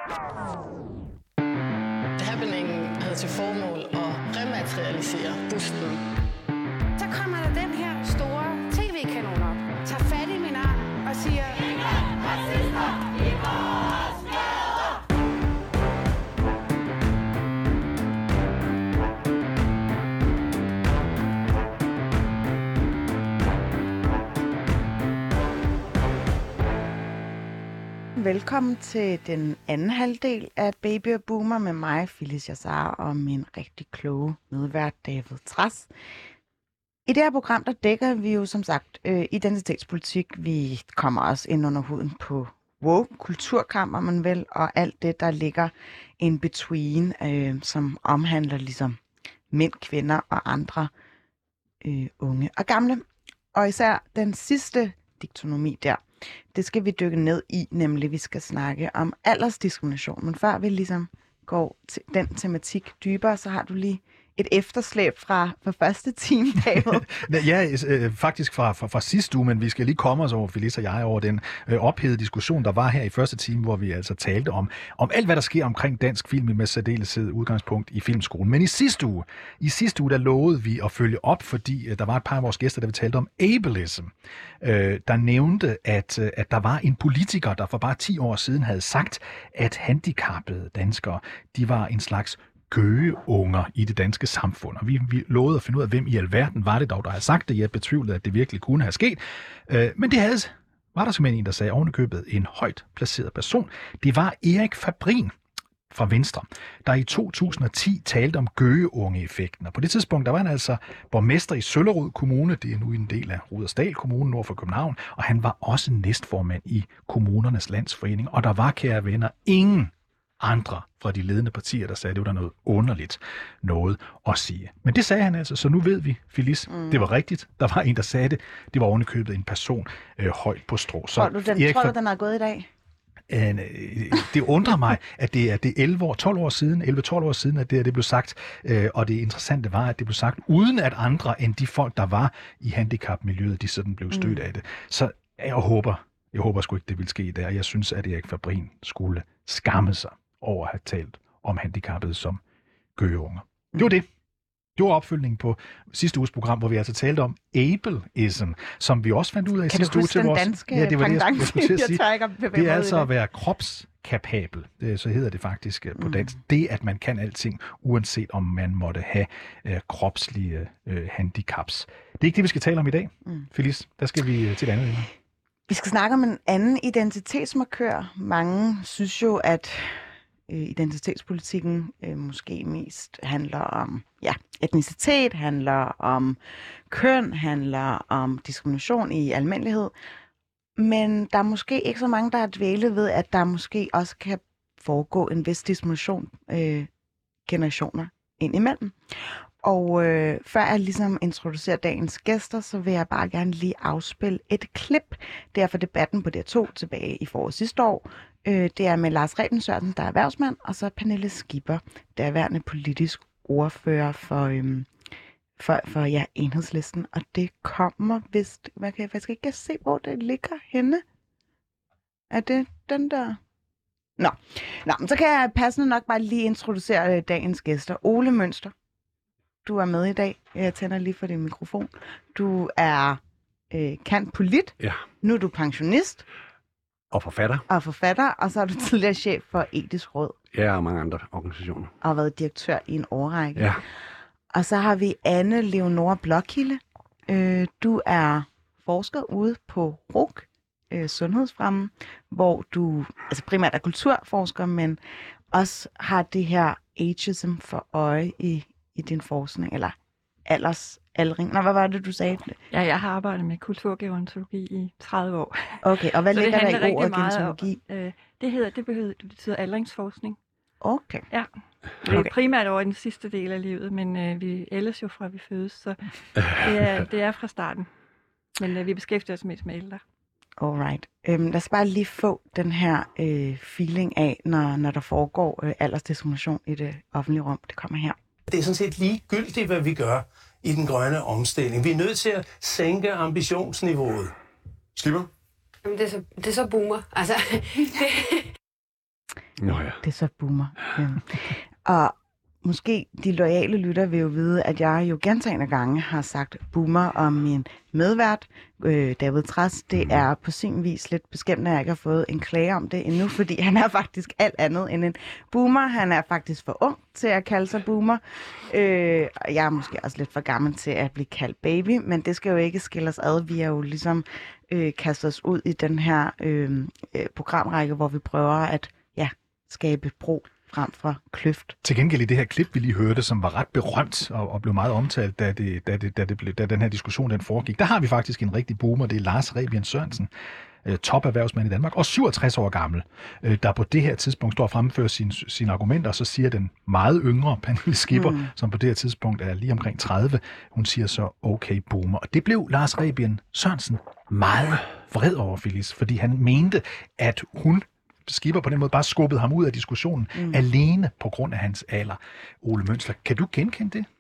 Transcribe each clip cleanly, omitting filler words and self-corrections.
Happeningen havde til formål at rematerialisere busten. Så kommer der den her store tv-kanon op, tager fat i min arm og siger: Ingen racister i vores gader! Velkommen til den anden halvdel af Baby og Boomer med mig, Phyllis Jassar, og min rigtig kloge medvært, David Trads. I det her program, der dækker vi jo som sagt identitetspolitik. Vi kommer også ind under huden på woke, kulturkammer, man vel, og alt det, der ligger in between, som omhandler ligesom mænd, kvinder og andre unge og gamle. Og især den sidste diktonomi der, det skal vi dykke ned i, nemlig vi skal snakke om aldersdiskrimination. Men før vi ligesom går til den tematik dybere, så har du lige et efterslæb fra første time, David. Ja, faktisk fra sidste uge, men vi skal lige komme os over, Phyllis og jeg, over den ophedede diskussion, der var her i første time, hvor vi altså talte om alt, hvad der sker omkring dansk film med særdeleshed udgangspunkt i filmskolen. Men i sidste uge, der lovede vi at følge op, fordi der var et par af vores gæster, der vi talte om ableism, der nævnte, at der var en politiker, der for bare 10 år siden havde sagt, at handicappede danskere, de var en slags gøgeunger i det danske samfund. Og vi lovede at finde ud af, hvem i alverden var det dog, der havde sagt det. Jeg betvivlede, at det virkelig kunne have sket. Men det var der simpelthen en, der sagde ovenikøbet en højt placeret person. Det var Erik Fabrin fra Venstre, der i 2010 talte om gøgeunge-effekten. Og på det tidspunkt, der var han altså borgmester i Søllerød Kommune, det er nu en del af Rudersdal Kommune nord for København, og han var også næstformand i Kommunernes Landsforening. Og der var, kære venner, ingen andre fra de ledende partier, der sagde, at det var der noget underligt noget at sige. Men det sagde han altså, så nu ved vi, Phyllis, det var rigtigt. Der var en, der sagde det. Det var ovenikøbet en person højt på strå. Tror du, den er gået i dag? Det undrer mig, at det er 12 år siden, at det blev sagt. Og det interessante var, at det blev sagt, uden at andre end de folk, der var i handicapmiljøet, de sådan blev stødt af det. Så jeg håber sgu ikke, det ville ske i dag. Jeg synes, at Erik Fabrin skulle skamme sig over at have talt om handicappede som gøgeunger. Det var det. Det var opfølgningen på sidste uges program, hvor vi altså talte om ableism, som vi også fandt ud af i sidste uge til vores... Kan du huske den danske pendant? Det er altså at være kropskapabel, så hedder det faktisk på dansk. Det, at man kan alting, uanset om man måtte have kropslige handicaps. Det er ikke det, vi skal tale om i dag, Phyllis. Der skal vi til et andet. Vi skal snakke om en anden identitetsmarkør. Mange synes jo, at identitetspolitikken måske mest handler om etnicitet, handler om køn, handler om diskrimination i almindelighed. Men der er måske ikke så mange, der har dvælet ved, at der måske også kan foregå en vis diskrimination generationer indimellem. Og før jeg ligesom introducerer dagens gæster, så vil jeg bare gerne lige afspille et klip. Det er fra debatten på DR2 tilbage i foråret sidste år. Det er med Lars Rebien Sørensen, der er erhvervsmand, og så Pernille Skipper, der er værende politisk ordfører for Enhedslisten. Og det kommer vist... Man kan faktisk ikke se, hvor det ligger henne. Er det den der... Nå, men så kan jeg passende nok bare lige introducere dagens gæster. Ole Mønster. Du er med i dag. Jeg tænder lige for din mikrofon. Du er cand.polit. Ja. Nu er du pensionist. Og forfatter. Og så er du tidligere chef for Etisk Råd. Ja, og mange andre organisationer. Og har været direktør i en årrække. Ja. Og så har vi Anne Leonora Blokhilde. Du er forsker ude på RUC, Sundhedsfremme, hvor du altså primært er kulturforsker, men også har det her ageism for øje i din forskning, eller aldersaldring. Nå, hvad var det, du sagde? Ja, jeg har arbejdet med kulturgerontologi i 30 år. Okay, og hvad ligger der i ordet gerontologi? Det betyder aldringsforskning. Okay. Ja, det er primært over i den sidste del af livet, men vi ældes jo fra vi fødes, så det er fra starten. Men vi beskæftiger os mest med ældre. Alright. Lad os bare lige få den her feeling af, når der foregår aldersdiskrimination i det offentlige rum. Det kommer her. Det er sådan set ligegyldigt, hvad vi gør i den grønne omstilling. Vi er nødt til at sænke Nå ja. Det er så boomer. Ja. Og måske de loyale lytter vil jo vide, at jeg jo gentagne gange har sagt boomer om min medvært, David Trads. Det er på sin vis lidt beskæmmende, at jeg ikke har fået en klage om det endnu, fordi han er faktisk alt andet end en boomer. Han er faktisk for ung til at kalde sig boomer. Jeg er måske også lidt for gammel til at blive kaldt baby, men det skal jo ikke skille os ad. Vi er jo ligesom kastet os ud i den her programrække, hvor vi prøver at skabe bro frem for kløft. Til gengæld i det her klip, vi lige hørte, som var ret berømt og blev meget omtalt, da den her diskussion den foregik, der har vi faktisk en rigtig boomer. Det er Lars Rebien Sørensen, toperhvervsmand i Danmark, og 67 år gammel, der på det her tidspunkt står og fremfører sine argumenter, og så siger den meget yngre Pernille Skipper, som på det her tidspunkt er lige omkring 30, hun siger så, okay boomer. Og det blev Lars Rebien Sørensen meget vred over, Phyllis, fordi han mente, at hun Skipper på den måde bare skubbede ham ud af diskussionen alene på grund af hans alder. Ole Mønsler, kan du genkende det?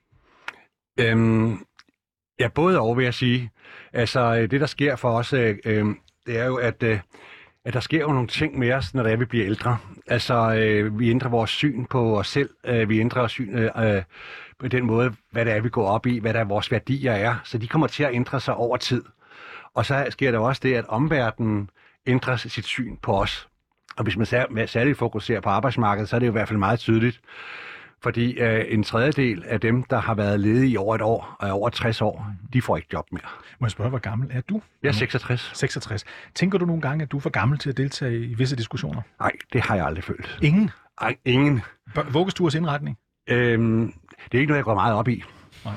Ja, både og vil jeg sige. Altså, det der sker for os, det er jo, at der sker jo nogle ting med os, når vi bliver ældre. Altså, vi ændrer vores syn på os selv. Vi ændrer syn på den måde, hvad det er, vi går op i, hvad der er vores værdier er. Så de kommer til at ændre sig over tid. Og så sker der også det, at omverdenen ændrer sit syn på os. Og hvis man særligt fokuserer på arbejdsmarkedet, så er det jo i hvert fald meget tydeligt. Fordi en tredjedel af dem, der har været ledige i over et år og over 60 år, de får ikke job mere. Må jeg spørge, hvor gammel er du? Jeg er 66. 66. Tænker du nogle gange, at du er for gammel til at deltage i visse diskussioner? Nej, det har jeg aldrig følt. Ingen? Nej, ingen. Vuggestuers indretning? Det er ikke noget, jeg går meget op i. Nej.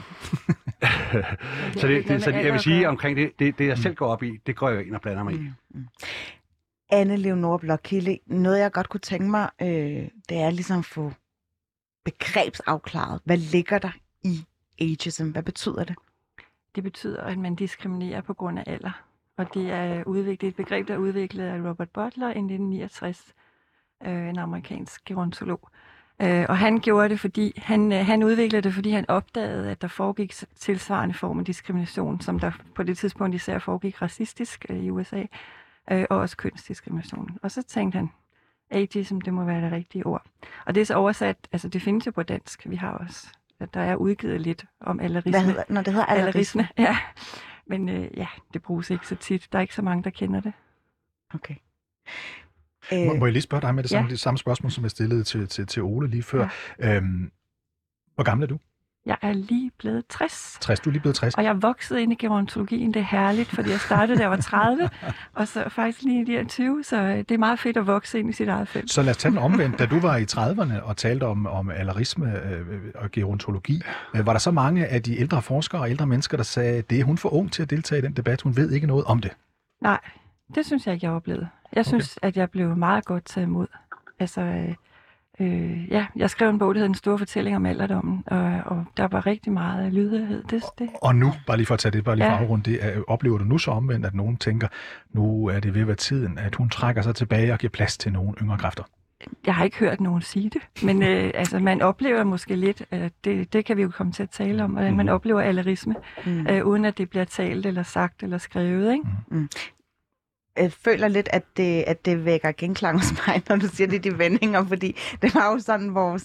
så jeg vil sige omkring det jeg selv går op i, det går jeg ind og blander mig i. Anne Leonore Blok-Kilde, noget jeg godt kunne tænke mig, det er ligesom at få begrebsafklaret. Hvad ligger der i ageism? Hvad betyder det? Det betyder, at man diskriminerer på grund af alder. Og det er et begreb, der er udviklet af Robert Butler i 1969, en amerikansk gerontolog. Og han gjorde det, fordi han udviklede det, fordi han opdagede, at der foregik tilsvarende form af diskrimination, som der på det tidspunkt især foregik racistisk i USA, og også kønsdiskrimination. Og så tænkte han, ageism, det må være det rigtige ord. Og det er så oversat, altså det findes jo på dansk. Vi har også, der er udgivet lidt om alderisme. Hvad hedder, når det hedder alderisme? Ja, men det bruges ikke så tit. Der er ikke så mange, der kender det. Okay. Må jeg lige spørge dig med det samme spørgsmål, som jeg stillede til Ole lige før. Ja. Hvor gammel er du? Jeg er lige blevet 60. 60, du er lige blevet 60. Og jeg voksede ind i gerontologien, det er herligt, fordi jeg startede, da jeg var 30, og så faktisk lige i de her 20, så det er meget fedt at vokse ind i sit eget felt. Så lad os tage den omvendt. Da du var i 30'erne og talte om alderisme og gerontologi, var der så mange af de ældre forskere og ældre mennesker, der sagde, det er hun for ung til at deltage i den debat, hun ved ikke noget om det? Nej, det synes jeg ikke, jeg oplevede. Jeg synes, at jeg blev meget godt taget imod. Altså, jeg skrev en bog, der hed En stor fortælling om alderdommen, og der var rigtig meget lydighed. Det. Og nu, bare lige for at tage det, for afrunde det, oplever du nu så omvendt, at nogen tænker, nu er det ved at være tiden, at hun trækker sig tilbage og giver plads til nogle yngre kræfter? Jeg har ikke hørt nogen sige det, men altså, man oplever måske lidt, det kan vi jo komme til at tale om, hvordan man oplever alderisme, uden at det bliver talt eller sagt eller skrevet, ikke? Jeg føler lidt, at det vækker genklang hos mig, når du siger det, de vendinger, fordi det var jo sådan vores,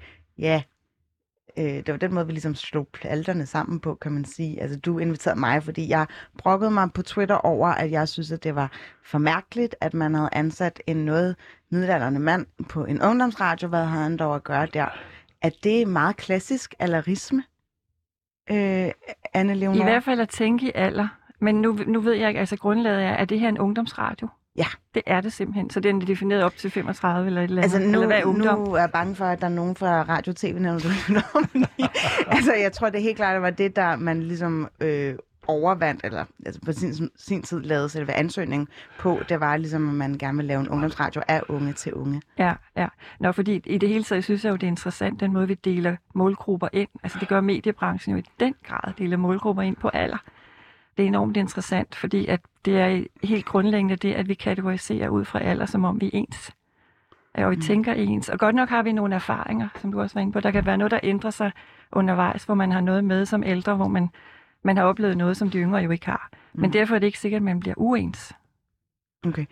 det var den måde, vi ligesom slog plalterne sammen på, kan man sige. Altså, du inviterede mig, fordi jeg brokkede mig på Twitter over, at jeg synes, at det var for mærkeligt, at man havde ansat en noget middelaldrende mand på en ungdomsradio. Hvad havde han dog at gøre der? At det er meget klassisk alderisme, Anne Leonore? I hvert fald at tænke i alder. Men nu ved jeg ikke, altså grundlaget er det her en ungdomsradio? Ja. Det er det simpelthen. Så den er defineret op til 35 eller et eller andet? Altså eller hvad er ungdom? Nu er jeg bange for, at der er nogen fra Radio TV, når du altså jeg tror, det helt klart, det var det, der man ligesom overvandt, eller altså på sin tid lavede selve ansøgningen på, det var ligesom, at man gerne vil lave en ungdomsradio af unge til unge. Ja. Nå, fordi i det hele taget, synes jeg jo, det er interessant, den måde, vi deler målgrupper ind. Altså det gør mediebranchen jo i den grad, deler målgrupper ind på alder. Det er enormt interessant, fordi at det er helt grundlæggende det, at vi kategoriserer ud fra alder, som om vi er ens. Og vi tænker ens. Og godt nok har vi nogle erfaringer, som du også var inde på. Der kan være noget, der ændrer sig undervejs, hvor man har noget med som ældre, hvor man har oplevet noget, som de yngre jo ikke har. Men derfor er det ikke sikkert, at man bliver uens. Okay.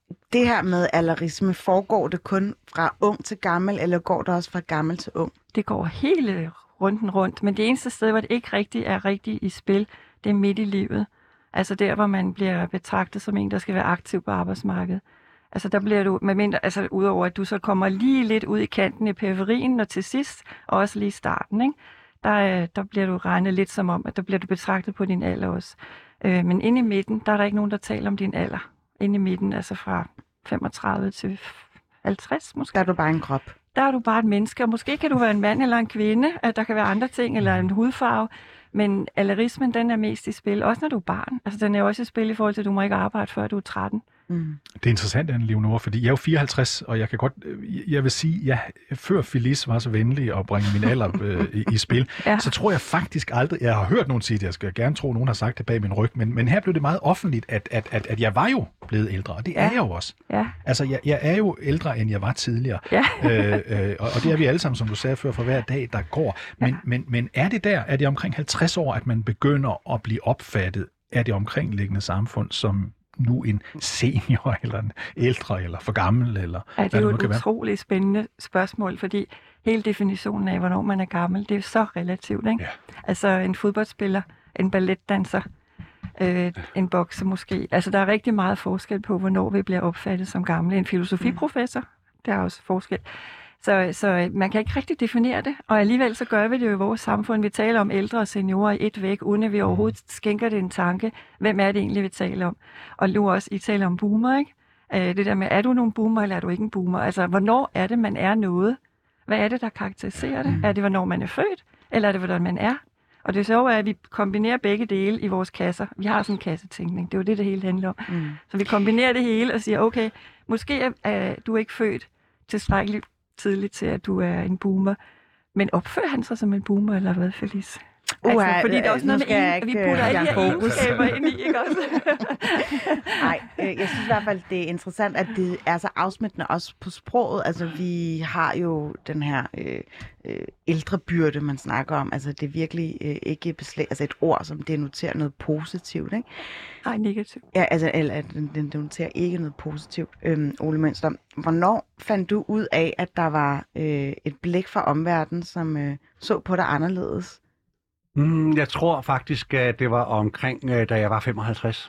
det her med alderisme, foregår det kun fra ung til gammel, eller går det også fra gammel til ung? Det går hele rundt, men det eneste sted, hvor det ikke er rigtigt i spil, det er midt i livet. Altså der, hvor man bliver betragtet som en, der skal være aktiv på arbejdsmarkedet. Altså der bliver du, altså udover at du så kommer lige lidt ud i kanten i periferien, og til sidst, og også lige i starten, ikke? Der bliver du regnet lidt som om, at der bliver du betragtet på din alder også. Men inde i midten, der er der ikke nogen, der taler om din alder. Inde i midten, altså fra 35 til 50 måske. Der er du bare en krop. Der er du bare et menneske, og måske kan du være en mand eller en kvinde, der kan være andre ting, eller en hudfarve. Men alderismen, den er mest i spil, også når du er barn. Altså den er også i spil i forhold til, at du må ikke arbejde, før du er 13. Det er interessant, Anne Leonora, fordi jeg er jo 54, og jeg vil sige, at før Felice var så venlig at bringe min alder i spil, så tror jeg faktisk aldrig, jeg har hørt nogen sige det, jeg skal gerne tro, nogen har sagt det bag min ryg, men her blev det meget offentligt, at jeg var jo blevet ældre, og det er jeg jo også. Ja. Altså, jeg er jo ældre, end jeg var tidligere, og det er vi alle sammen, som du sagde før, for hver dag, der går. Men er det omkring 50 år, at man begynder at blive opfattet af det omkringliggende samfund som nu en senior, eller en ældre, eller for gammel, eller det er jo et utroligt spændende spørgsmål, fordi hele definitionen af, hvornår man er gammel, det er jo så relativt, ikke? Ja. Altså en fodboldspiller, en balletdanser, en bokser måske. Altså der er rigtig meget forskel på, hvornår vi bliver opfattet som gamle. En filosofiprofessor, der er også forskel. Så man kan ikke rigtig definere det, og alligevel så gør vi det jo i vores samfund. Vi taler om ældre og seniorer i et væk, uden at vi overhovedet skænker det en tanke. Hvem er det egentlig, vi taler om? Og nu også, I taler om boomer, ikke? Det der med, er du nogen boomer, eller er du ikke en boomer? Altså, hvornår er det, man er noget? Hvad er det, der karakteriserer det? Er det, hvornår man er født, eller er det, hvordan man er? Og det er så, at vi kombinerer begge dele i vores kasser. Vi har sådan en kassetænkning. Det er jo det hele handler om. Så vi kombinerer det hele og siger, okay, måske er du ikke født tilstrækkeligt tidligt til, at du er en boomer. Men opfører han sig som en boomer, eller hvad, Felice? Altså, fordi der er også noget med, at vi putter alle de her egenskaber ind i, ikke også? Nej, jeg synes i hvert fald, det er interessant, at det er så afsmittende også på sproget. Altså, vi har jo den her ældrebyrde, man snakker om. Altså, det er virkelig ikke altså et ord, som denoterer noget positivt, ikke? Nej, negativt. Ja, altså, eller den denoterer ikke noget positivt. Ole Mønster, hvornår fandt du ud af, at der var et blik fra omverdenen, som så på dig anderledes? Jeg tror faktisk, at det var omkring, da jeg var 55.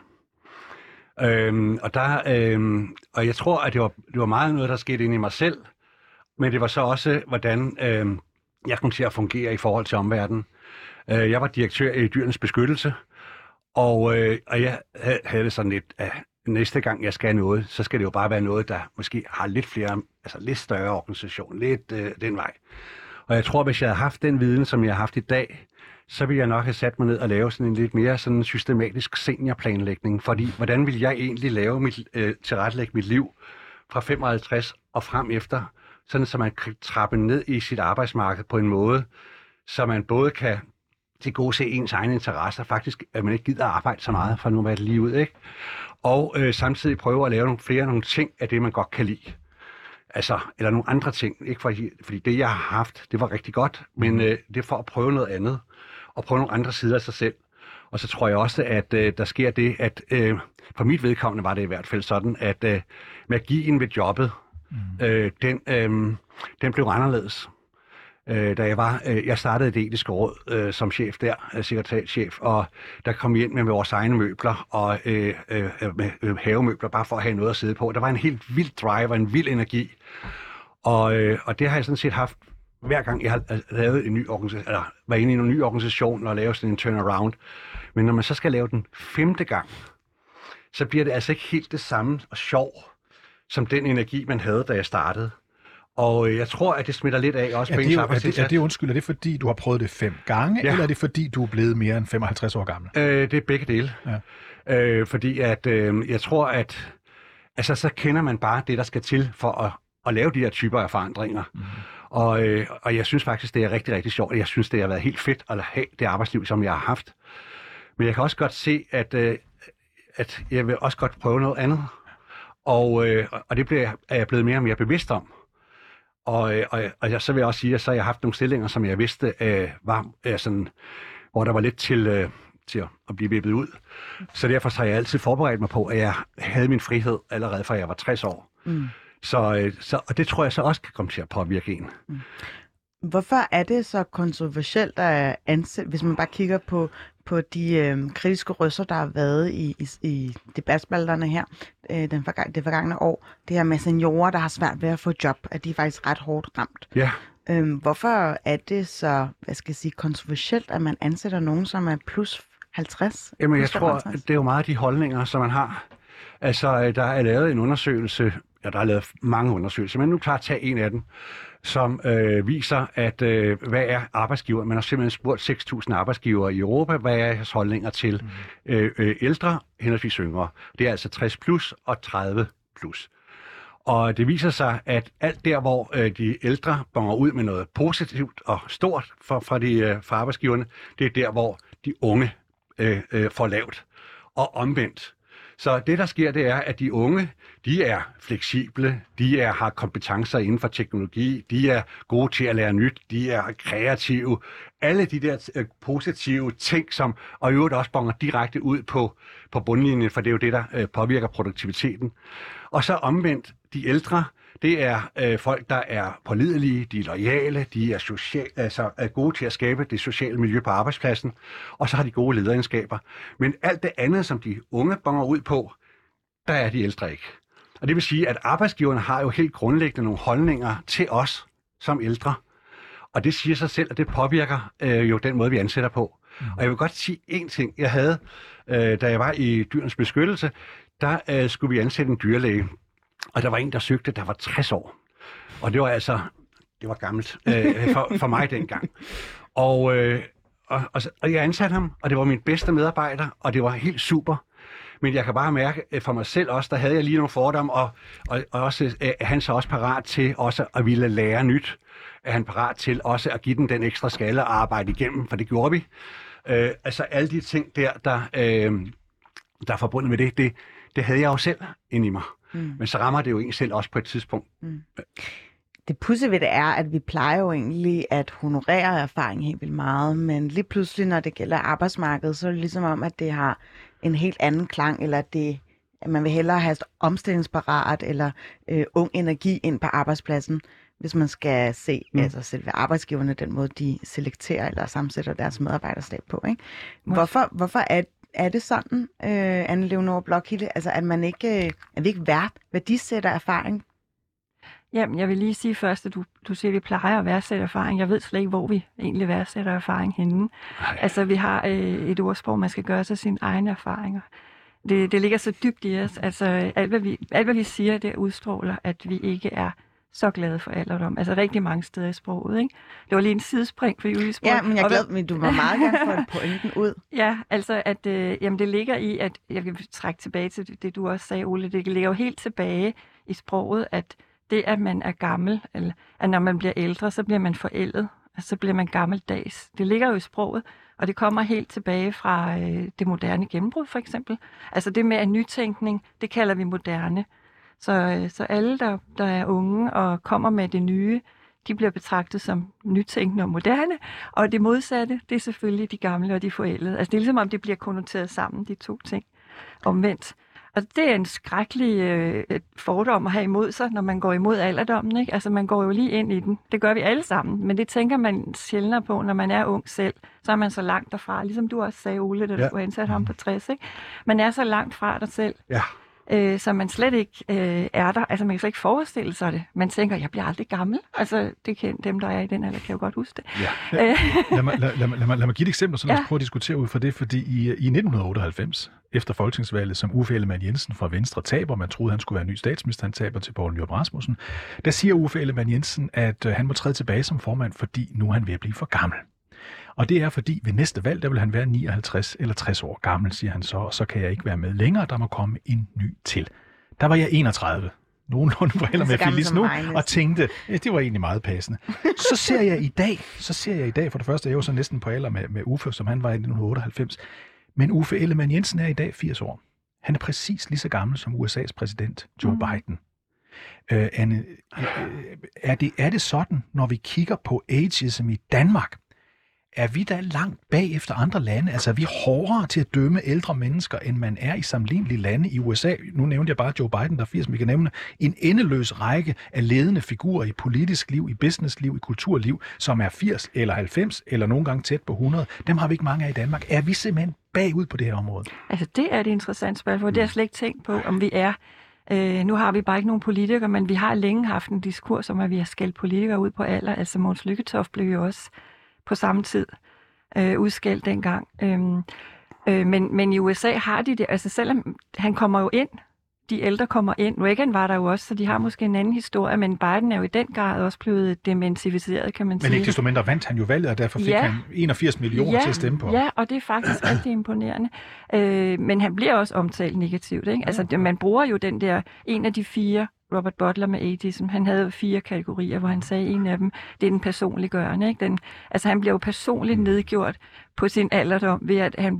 Og jeg tror, at det var meget noget, der skete inde i mig selv, men det var så også, hvordan jeg kom til at fungere i forhold til omverdenen. Jeg var direktør i Dyrenes Beskyttelse, og jeg havde det sådan lidt, at næste gang jeg skal noget, så skal det jo bare være noget, der måske har lidt flere, altså lidt større organisation, lidt den vej. Og jeg tror, hvis jeg havde haft den viden, som jeg har haft i dag, så ville jeg nok have sat mig ned og lave sådan en lidt mere sådan systematisk seniorplanlægning. Fordi, hvordan vil jeg egentlig tilrettelægge mit liv fra 55 og frem efter, sådan så man kan trappe ned i sit arbejdsmarked på en måde, så man både kan tilgodese ens egne interesser, faktisk at man ikke gider at arbejde så meget, for nu var det lige ud, ikke? Og samtidig prøve at lave nogle ting af det, man godt kan lide. Altså, eller nogle andre ting, ikke? Fordi det, jeg har haft, det var rigtig godt, men det er for at prøve noget andet, og prøve nogle andre sider af sig selv. Og så tror jeg også, at der sker det, at for mit vedkommende var det i hvert fald sådan, at magien ved jobbet, den blev anderledes. Da jeg startede det etiske råd som chef der, sekretariatschef, og der kom vi ind med vores egne møbler og med havemøbler, bare for at have noget at sidde på. Der var en helt vild drive og en vild energi, og det har jeg sådan set haft hver gang jeg har lavet en ny organisation, eller var inde i en ny organisation og lavet sådan en turnaround. Men når man så skal lave den 5. gang, så bliver det altså ikke helt det samme og sjov, som den energi, man havde, da jeg startede. Og jeg tror, at det smitter lidt af også på ens arbejdsindsats. Er det fordi, du har prøvet det 5 gange, eller er det fordi, du er blevet mere end 55 år gammel? Det er begge dele. Ja. Fordi at jeg tror, at altså, så kender man bare det, der skal til for at lave de her typer af forandringer. Og jeg synes faktisk, det er rigtig, rigtig sjovt. Jeg synes, det har været helt fedt at have det arbejdsliv, som jeg har haft. Men jeg kan også godt se, at jeg vil også godt prøve noget andet. Og det er jeg blevet mere og mere bevidst om. Og så vil jeg også sige, at så har jeg haft nogle stillinger, som jeg vidste var sådan, hvor der var lidt til at blive vippet ud. Så derfor har jeg altid forberedt mig på, at jeg havde min frihed allerede fra jeg var 60 år. Og det tror jeg så også kan komme til at påvirke en. Hvorfor er det så kontroversielt at ansætte, hvis man bare kigger på de kritiske røster, der har været i debatspalterne her det forgangne år, det her med seniorer, der har svært ved at få job, at de er faktisk ret hårdt ramt. Ja. Hvorfor er det så, kontroversielt, at man ansætter nogen, som er plus 50? Jamen, jeg tror, det er jo meget af de holdninger, som man har. Altså, der er lavet en undersøgelse, der er lavet mange undersøgelser, men nu tage en af dem, som viser, at hvad er arbejdsgiver? Man har simpelthen spurgt 6.000 arbejdsgivere i Europa, hvad er jeres holdninger til ældre, henholdsvis yngre. Det er altså 60 plus og 30 plus. Og det viser sig, at alt der, hvor de ældre bonger ud med noget positivt og stort fra arbejdsgiverne, det er der, hvor de unge får lavt. Og omvendt. Så det, der sker, det er, at de unge, de er fleksible, har kompetencer inden for teknologi, de er gode til at lære nyt, de er kreative. Alle de der positive ting, som og i øvrigt også bonger direkte ud på bundlinjen, for det er jo det, der påvirker produktiviteten. Og så omvendt, de ældre, det er folk, der er pålidelige, de er loyale, de er er gode til at skabe det sociale miljø på arbejdspladsen, og så har de gode lederegenskaber. Men alt det andet, som de unge bonger ud på, der er de ældre ikke. Og det vil sige, at arbejdsgiverne har jo helt grundlæggende nogle holdninger til os som ældre. Og det siger sig selv, at det påvirker jo den måde, vi ansætter på. Og jeg vil godt sige én ting. Jeg havde, da jeg var i Dyrenes Beskyttelse, der skulle vi ansætte en dyrlæge. Og der var en, der søgte, der var 60 år. Og det var gammelt for mig dengang. Og jeg ansatte ham, og det var min bedste medarbejder, og det var helt super. Men jeg kan bare mærke for mig selv også, der havde jeg lige nogle fordomme, og også er han så også parat til også at ville lære nyt. Er han parat til også at give den ekstra skalle og arbejde igennem, for det gjorde vi. Altså alle de ting der er forbundet med det havde jeg jo selv inde i mig. Men så rammer det jo en selv også på et tidspunkt. Det pudsige ved det er, at vi plejer jo egentlig at honorere erfaring helt vildt meget, men lige pludselig, når det gælder arbejdsmarkedet, så er det ligesom om, at det har en helt anden klang, eller at man vil hellere have omstillingsparat eller ung energi ind på arbejdspladsen, hvis man skal se altså selve arbejdsgiverne, den måde, de selekterer eller sammensætter deres medarbejderstab på. Ikke? Hvorfor er det sådan, Anne Leonora Blokhilde, altså at man ikke er vi ikke værdisætter erfaring? Jamen, jeg vil lige sige først, at du siger, at vi plejer at værdsætte erfaring. Jeg ved slet ikke, hvor vi egentlig værdsætter erfaring henne. Altså, vi har et ordsprog, man skal gøre sig sine egne erfaringer. Det ligger så dybt i os. Altså, alt hvad vi siger, det udstråler, at vi ikke er så glade for alderdom. Altså rigtig mange steder i sproget, ikke? Det var lige en sidespring for Julies sprog. Ja, men jeg er glad, men du må meget gerne få pointen ud. Ja, altså at det ligger i, at jeg vil trække tilbage til det, du også sagde, Ole. Det ligger jo helt tilbage i sproget, at det, at man er gammel, eller at når man bliver ældre, så bliver man forældet, altså så bliver man gammeldags. Det ligger jo i sproget, og det kommer helt tilbage fra det moderne gennembrud, for eksempel. Altså det med, at nytænkning, det kalder vi moderne. Så alle, der er unge og kommer med det nye, de bliver betragtet som nytænkende og moderne, og det modsatte, det er selvfølgelig de gamle og de forældede. Altså det er ligesom om, det bliver konnoteret sammen, de to ting, omvendt. Og det er en skrækkelig fordom at have imod sig, når man går imod alderdommen, ikke? Altså man går jo lige ind i den. Det gør vi alle sammen, men det tænker man sjældnere på, når man er ung selv. Så er man så langt derfra, ligesom du også sagde, Ole, da du kunne ansætte ham på 60, ikke? Man er så langt fra dig selv. Ja. Så man slet ikke er der. Altså man kan slet ikke forestille sig det. Man tænker, jeg bliver aldrig gammel. Altså det kan dem, der er i den alder, kan jo godt huske det. Ja. Lad mig give et eksempel, så lad os prøve at diskutere ud fra det. Fordi i 1998, efter folketingsvalget, som Uffe Ellemann-Jensen fra Venstre taber, man troede, han skulle være ny statsminister, han taber til Poul Nyrup Rasmussen, der siger Uffe Ellemann-Jensen, at han må træde tilbage som formand, fordi nu er han ved at blive for gammel. Og det er fordi ved næste valg, der vil han være 59 eller 60 år gammel, siger han så, og så kan jeg ikke være med længere, der må komme en ny til. Der var jeg 31, nogenlunde på alder med Phyllis nu, og tænkte, det var egentlig meget passende. Så ser jeg i dag, for det første er jeg jo så næsten på alder med Uffe, som han var i 1998, men Uffe Ellemann-Jensen er i dag 80 år. Han er præcis lige så gammel som USA's præsident, Joe Biden. Anne, er det sådan, når vi kigger på ageism i Danmark, er vi da langt bag efter andre lande? Altså, er vi hårdere til at dømme ældre mennesker, end man er i sammenlignelige lande i USA? Nu nævnte jeg bare Joe Biden, der er 80, vi kan nævne en endeløs række af ledende figurer i politisk liv, i businessliv, i kulturliv, som er 80 eller 90 eller nogle gange tæt på 100. Dem har vi ikke mange af i Danmark. Er vi simpelthen bagud på det her område? Altså, det er et interessant spørgsmål. Det har jeg slet ikke tænkt på, om vi er. Nu har vi bare ikke nogen politikere, men vi har længe haft en diskurs om, at vi har skældt politikere ud på alder. Altså, Mogens Lykketoft blev jo også på samme tid udskældt dengang. Men i USA har de det, altså selvom han kommer jo ind, de ældre kommer ind. Reagan var der jo også, så de har måske en anden historie, men Biden er jo i den grad også blevet dementificeret, kan man sige. Men ikke desto mindre vandt han jo valget, og derfor fik han 81 millioner til at stemme på. Ja, og det er faktisk rigtig imponerende. Men han bliver også omtalt negativt, ikke? Altså, man bruger jo den der, en af de 4, Robert Butler med ageism, han havde 4 kategorier, hvor han sagde, en af dem, det er den personliggørende, ikke? Han bliver jo personligt nedgjort på sin alderdom, ved at han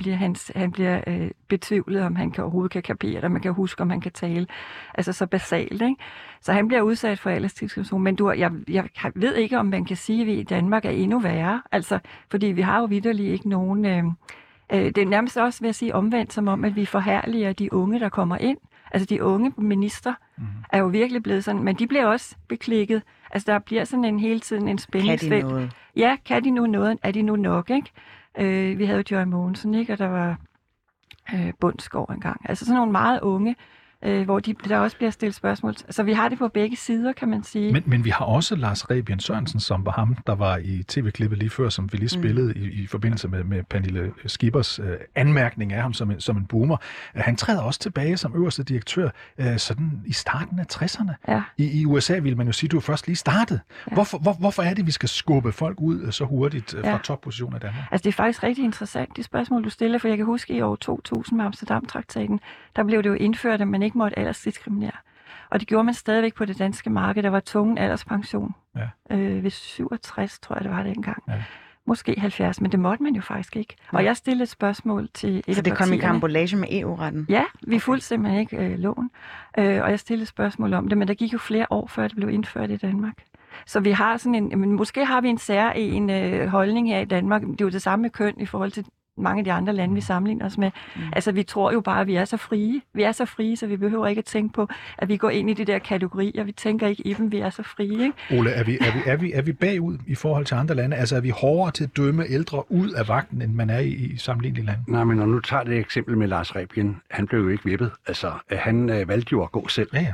bliver betvivlet, om han overhovedet kan kapere det, og man kan huske, om han kan tale. Altså så basalt, ikke? Så han bliver udsat for aldersdiskrimination. Men jeg ved ikke, om man kan sige, at vi i Danmark er endnu værre. Altså, fordi vi har jo vitterligt ikke nogen... det er nærmest også, vil jeg sige, omvendt, som om, at vi forherliger de unge, der kommer ind. Altså de unge minister er jo virkelig blevet sådan, men de bliver også beklikket. Altså der bliver sådan hele tiden en spændingsfelt. Kan de noget? Ja, kan de nu noget? Er de nu nok, ikke? Vi havde jo Joy Mogensen, ikke? Og der var Bundsgaard engang. Altså sådan nogle meget unge, hvor der også bliver stillet spørgsmål. Så vi har det på begge sider, kan man sige. Men vi har også Lars Rebien Sørensen, som var ham, der var i tv-klippet lige før, som vi lige spillede i forbindelse med Pernille Skippers anmærkning af ham som en boomer. Han træder også tilbage som øverste direktør sådan i starten af 60'erne. Ja. I USA ville man jo sige, at du først lige startede. Ja. Hvorfor er det, vi skal skubbe folk ud så hurtigt fra toppositioner i Danmark? Altså det er faktisk rigtig interessant, de spørgsmål, du stiller, for jeg kan huske i år 2000 med Amsterdam-traktaten, der blev det jo indført, at man ikke måtte aldersdiskriminere. Og det gjorde man stadigvæk på det danske marked. Der var tvungen alderspension. Ja. Ved 67, tror jeg, det var det engang. Ja. Måske 70, men det måtte man jo faktisk ikke. Ja. Og jeg stillede et spørgsmål til et af partierne. Så det kom i karambolage med EU-retten? Ja, vi fulgte simpelthen ikke loven. Og jeg stillede et spørgsmål om det, men der gik jo flere år, før det blev indført i Danmark. Så vi har sådan måske har vi en særlig holdning her i Danmark. Det er jo det samme med køn i forhold til mange af de andre lande, vi sammenligner os med. Altså, vi tror jo bare, at vi er så frie. Vi er så frie, så vi behøver ikke at tænke på, at vi går ind i de der kategorier. Vi tænker ikke i dem, vi er så frie, ikke? Ole, er vi bagud i forhold til andre lande? Altså, er vi hårdere til at dømme ældre ud af vagten, end man er i sammenlignelige lande? Nej, men når nu tager det eksempel med Lars Rebien, han blev jo ikke vippet. Altså, han valgte jo at gå selv. Ja.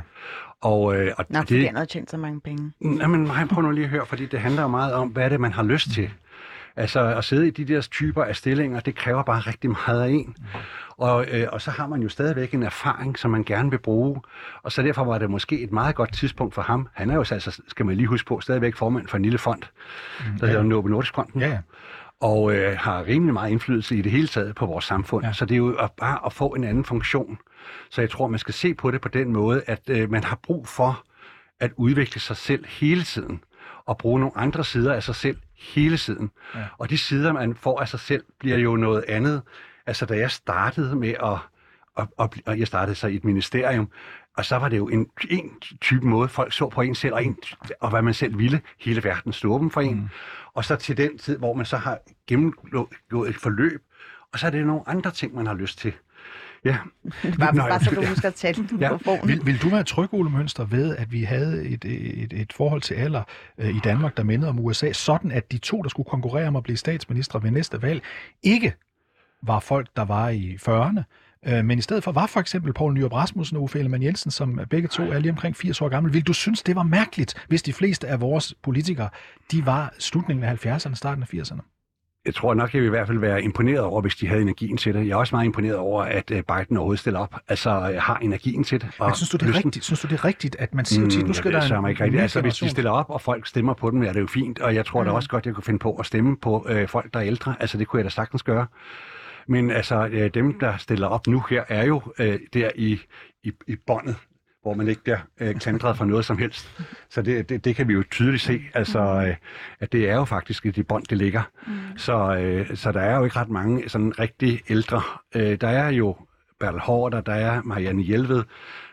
Fordi han havde tjent så mange penge. Men prøv nu lige at høre, fordi det handler jo meget om, hvad er det, man har lyst til. Altså at sidde i de der typer af stillinger, det kræver bare rigtig meget af en. Og så har man jo stadigvæk en erfaring, som man gerne vil bruge. Og så derfor var det måske et meget godt tidspunkt for ham. Han er jo altså, skal man lige huske på, stadigvæk formand for en lille fond, der hedder Novo Nordisk-fonden. Ja. Og har rimelig meget indflydelse i det hele taget på vores samfund. Ja. Så det er jo bare at få en anden funktion. Så jeg tror, man skal se på det på den måde, at man har brug for at udvikle sig selv hele tiden. Og bruge nogle andre sider af sig selv hele tiden. Ja. Og de sider, man får af sig selv, bliver jo noget andet. Altså, da jeg startede med og jeg startede så i et ministerium, og så var det jo en type måde, folk så på en selv, og hvad man selv ville. Hele verden stod åben for en. Og så til den tid, hvor man så har gennemgået et forløb, og så er det nogle andre ting, man har lyst til. Ja. Bare så du husker at tage mikrofonen. Vil du være tryg, Ole Mønster, ved, at vi havde et forhold til alder i Danmark, der mindede om USA, sådan at de to, der skulle konkurrere om at blive statsminister ved næste valg, ikke var folk, der var i 40'erne, men i stedet for var for eksempel Poul Nyrup Rasmussen og Uffe Ellemann-Jensen, som begge to er lige omkring 80 år gamle. Vil du synes, det var mærkeligt, hvis de fleste af vores politikere, de var slutningen af 70'erne, starten af 80'erne? Jeg tror nok, jeg vil i hvert fald være imponeret over, hvis de havde energien til det. Jeg er også meget imponeret over, at Biden overhovedet stiller op. Altså, har energien til det. Men synes du, det er rigtigt, at man siger tit, nu skal der en altså, hvis de stiller op, og folk stemmer på dem, er det jo fint. Og jeg tror da også godt, jeg kunne finde på at stemme på folk, der er ældre. Altså, det kunne jeg da sagtens gøre. Men altså, dem, der stiller op nu her, er jo der i båndet, hvor man ikke bliver klandret for noget som helst. Så det kan vi jo tydeligt se, altså, at det er jo faktisk i de bånd, det ligger. Så der er jo ikke ret mange sådan rigtig ældre. Der er jo Bertel Haarder, der er Marianne Jelved,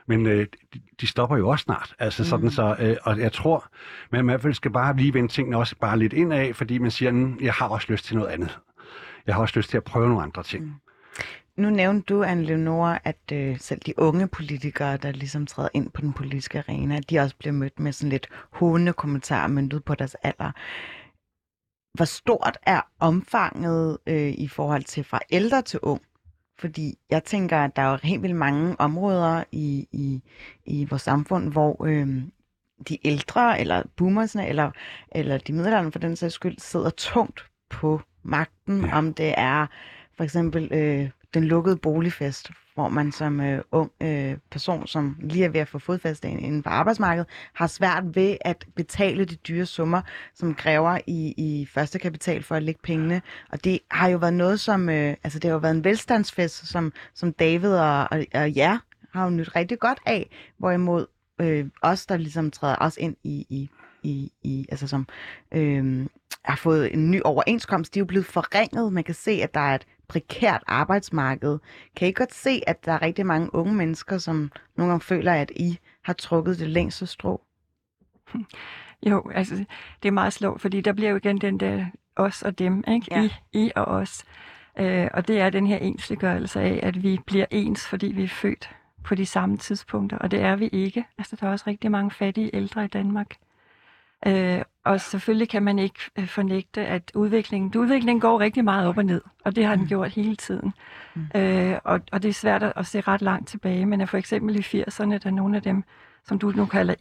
Men de stopper jo også snart. Altså sådan så, og jeg tror, man i hvert fald skal bare lige vende tingene også bare lidt indad, fordi man siger, jeg har også lyst til noget andet. Jeg har også lyst til at prøve nogle andre ting. Nu nævnte du, Anne-Leonora, at selv de unge politikere, der ligesom træder ind på den politiske arena, de også bliver mødt med sådan lidt hånende kommentarer møntet på deres alder. Hvor stort er omfanget i forhold til fra ældre til ung? Fordi jeg tænker, at der er jo helt vildt mange områder i vores samfund, hvor de ældre, eller boomersne, eller de middelaldrende for den sags skyld, sidder tungt på magten. Ja. Om det er for eksempel den lukkede boligfest, hvor man som ung person, som lige er ved at få fodfæste inden for arbejdsmarkedet, har svært ved at betale de dyre summer, som kræver i første kapital for at lægge pengene. Og det har jo været noget, som det har jo været en velstandsfest, som David og jer har jo nyt rigtig godt af, hvorimod os, der ligesom træder os ind som har fået en ny overenskomst, de er jo blevet forringet. Man kan se, at der er et prekært arbejdsmarked. Kan I godt se, at der er rigtig mange unge mennesker, som nogle gange føler, at I har trukket det længste strå? Jo, altså det er meget slået, fordi der bliver jo igen den der os og dem, ikke? Ja. I og os. Og det er den her ensliggørelse af, at vi bliver ens, fordi vi er født på de samme tidspunkter, og det er vi ikke. Altså der er også rigtig mange fattige ældre i Danmark. Og selvfølgelig kan man ikke fornægte, at udviklingen går rigtig meget op og ned, og det har den gjort hele tiden. Og det er svært at se ret langt tilbage, men for eksempel i 80'erne, da nogle af dem, som du nu kalder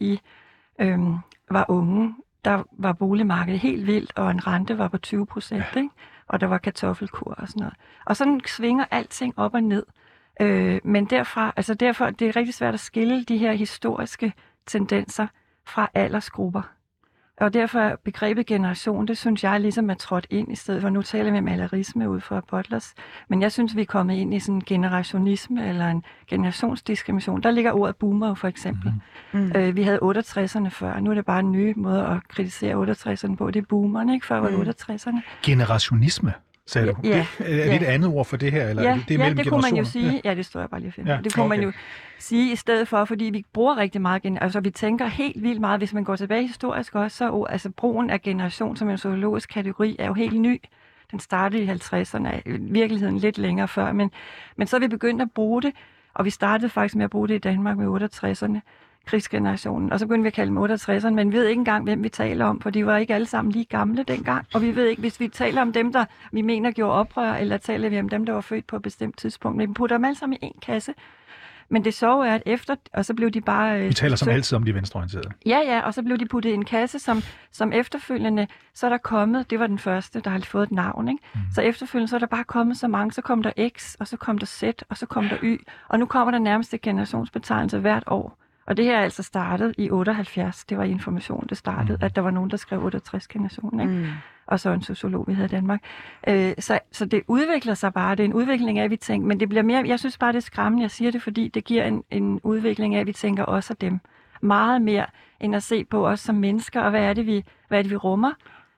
var unge, der var boligmarkedet helt vildt, og en rente var på 20%, ikke? Og der var kartoffelkur og sådan noget. Og sådan svinger alting op og ned. Men derfor, det er rigtig svært at skille de her historiske tendenser fra aldersgrupper. Og derfor er begrebet generation, det synes jeg ligesom er trådt ind i stedet for. Nu taler vi om alderisme ud fra Butlers, men jeg synes, vi er kommet ind i sådan en generationisme eller en generationsdiskrimination. Der ligger ordet boomer for eksempel. Vi havde 68'erne før, nu er det bare en ny måde at kritisere 68'erne på. Det er boomerne, ikke? Før var 68'erne. Generationisme? Sagde du? Ja. Det er et andet ord for det her? Eller det er mellem det kunne man jo sige. Ja, det står jeg bare lige at finde. Det kunne man jo sige i stedet for, fordi vi bruger rigtig meget. Altså vi tænker helt vildt meget, hvis man går tilbage historisk også, så altså brugen af generation som en sociologisk kategori er jo helt ny. Den startede i 50'erne, i virkeligheden lidt længere før, men så er vi begyndt at bruge det, og vi startede faktisk med at bruge det i Danmark med 68'erne. Krigsgenerationen, og så begyndte vi at kalde dem 68'erne, men vi ved ikke engang, hvem vi taler om, for de var ikke alle sammen lige gamle dengang, og vi ved ikke, hvis vi taler om dem, der vi mener gjorde oprør, eller taler vi om dem, der var født på et bestemt tidspunkt, men vi putter dem alle sammen i en kasse. Men det sjove er, at efter, og så blev de bare... Vi taler som altid om de venstreorienterede. Ja, og så blev de puttet i en kasse, som efterfølgende, så er der kommet, det var den første, der har fået et navn, ikke? Så efterfølgende, så er der bare kommet så mange, så kom der X, og så kom der Z, og så kom der Y, og nu kommer der nærmest et generationsbetegnelse hvert år. Og det her er altså startet i 78, det var Information, det startede, at der var nogen, der skrev 68-generationen, ikke? Og så en sociolog, vi havde i Danmark. Så det udvikler sig bare, det er en udvikling af, at vi tænker, men det bliver mere, jeg synes bare, det er skræmmende, jeg siger det, fordi det giver en udvikling af, at vi tænker også af dem. Meget mere, end at se på os som mennesker, og hvad er det, vi rummer.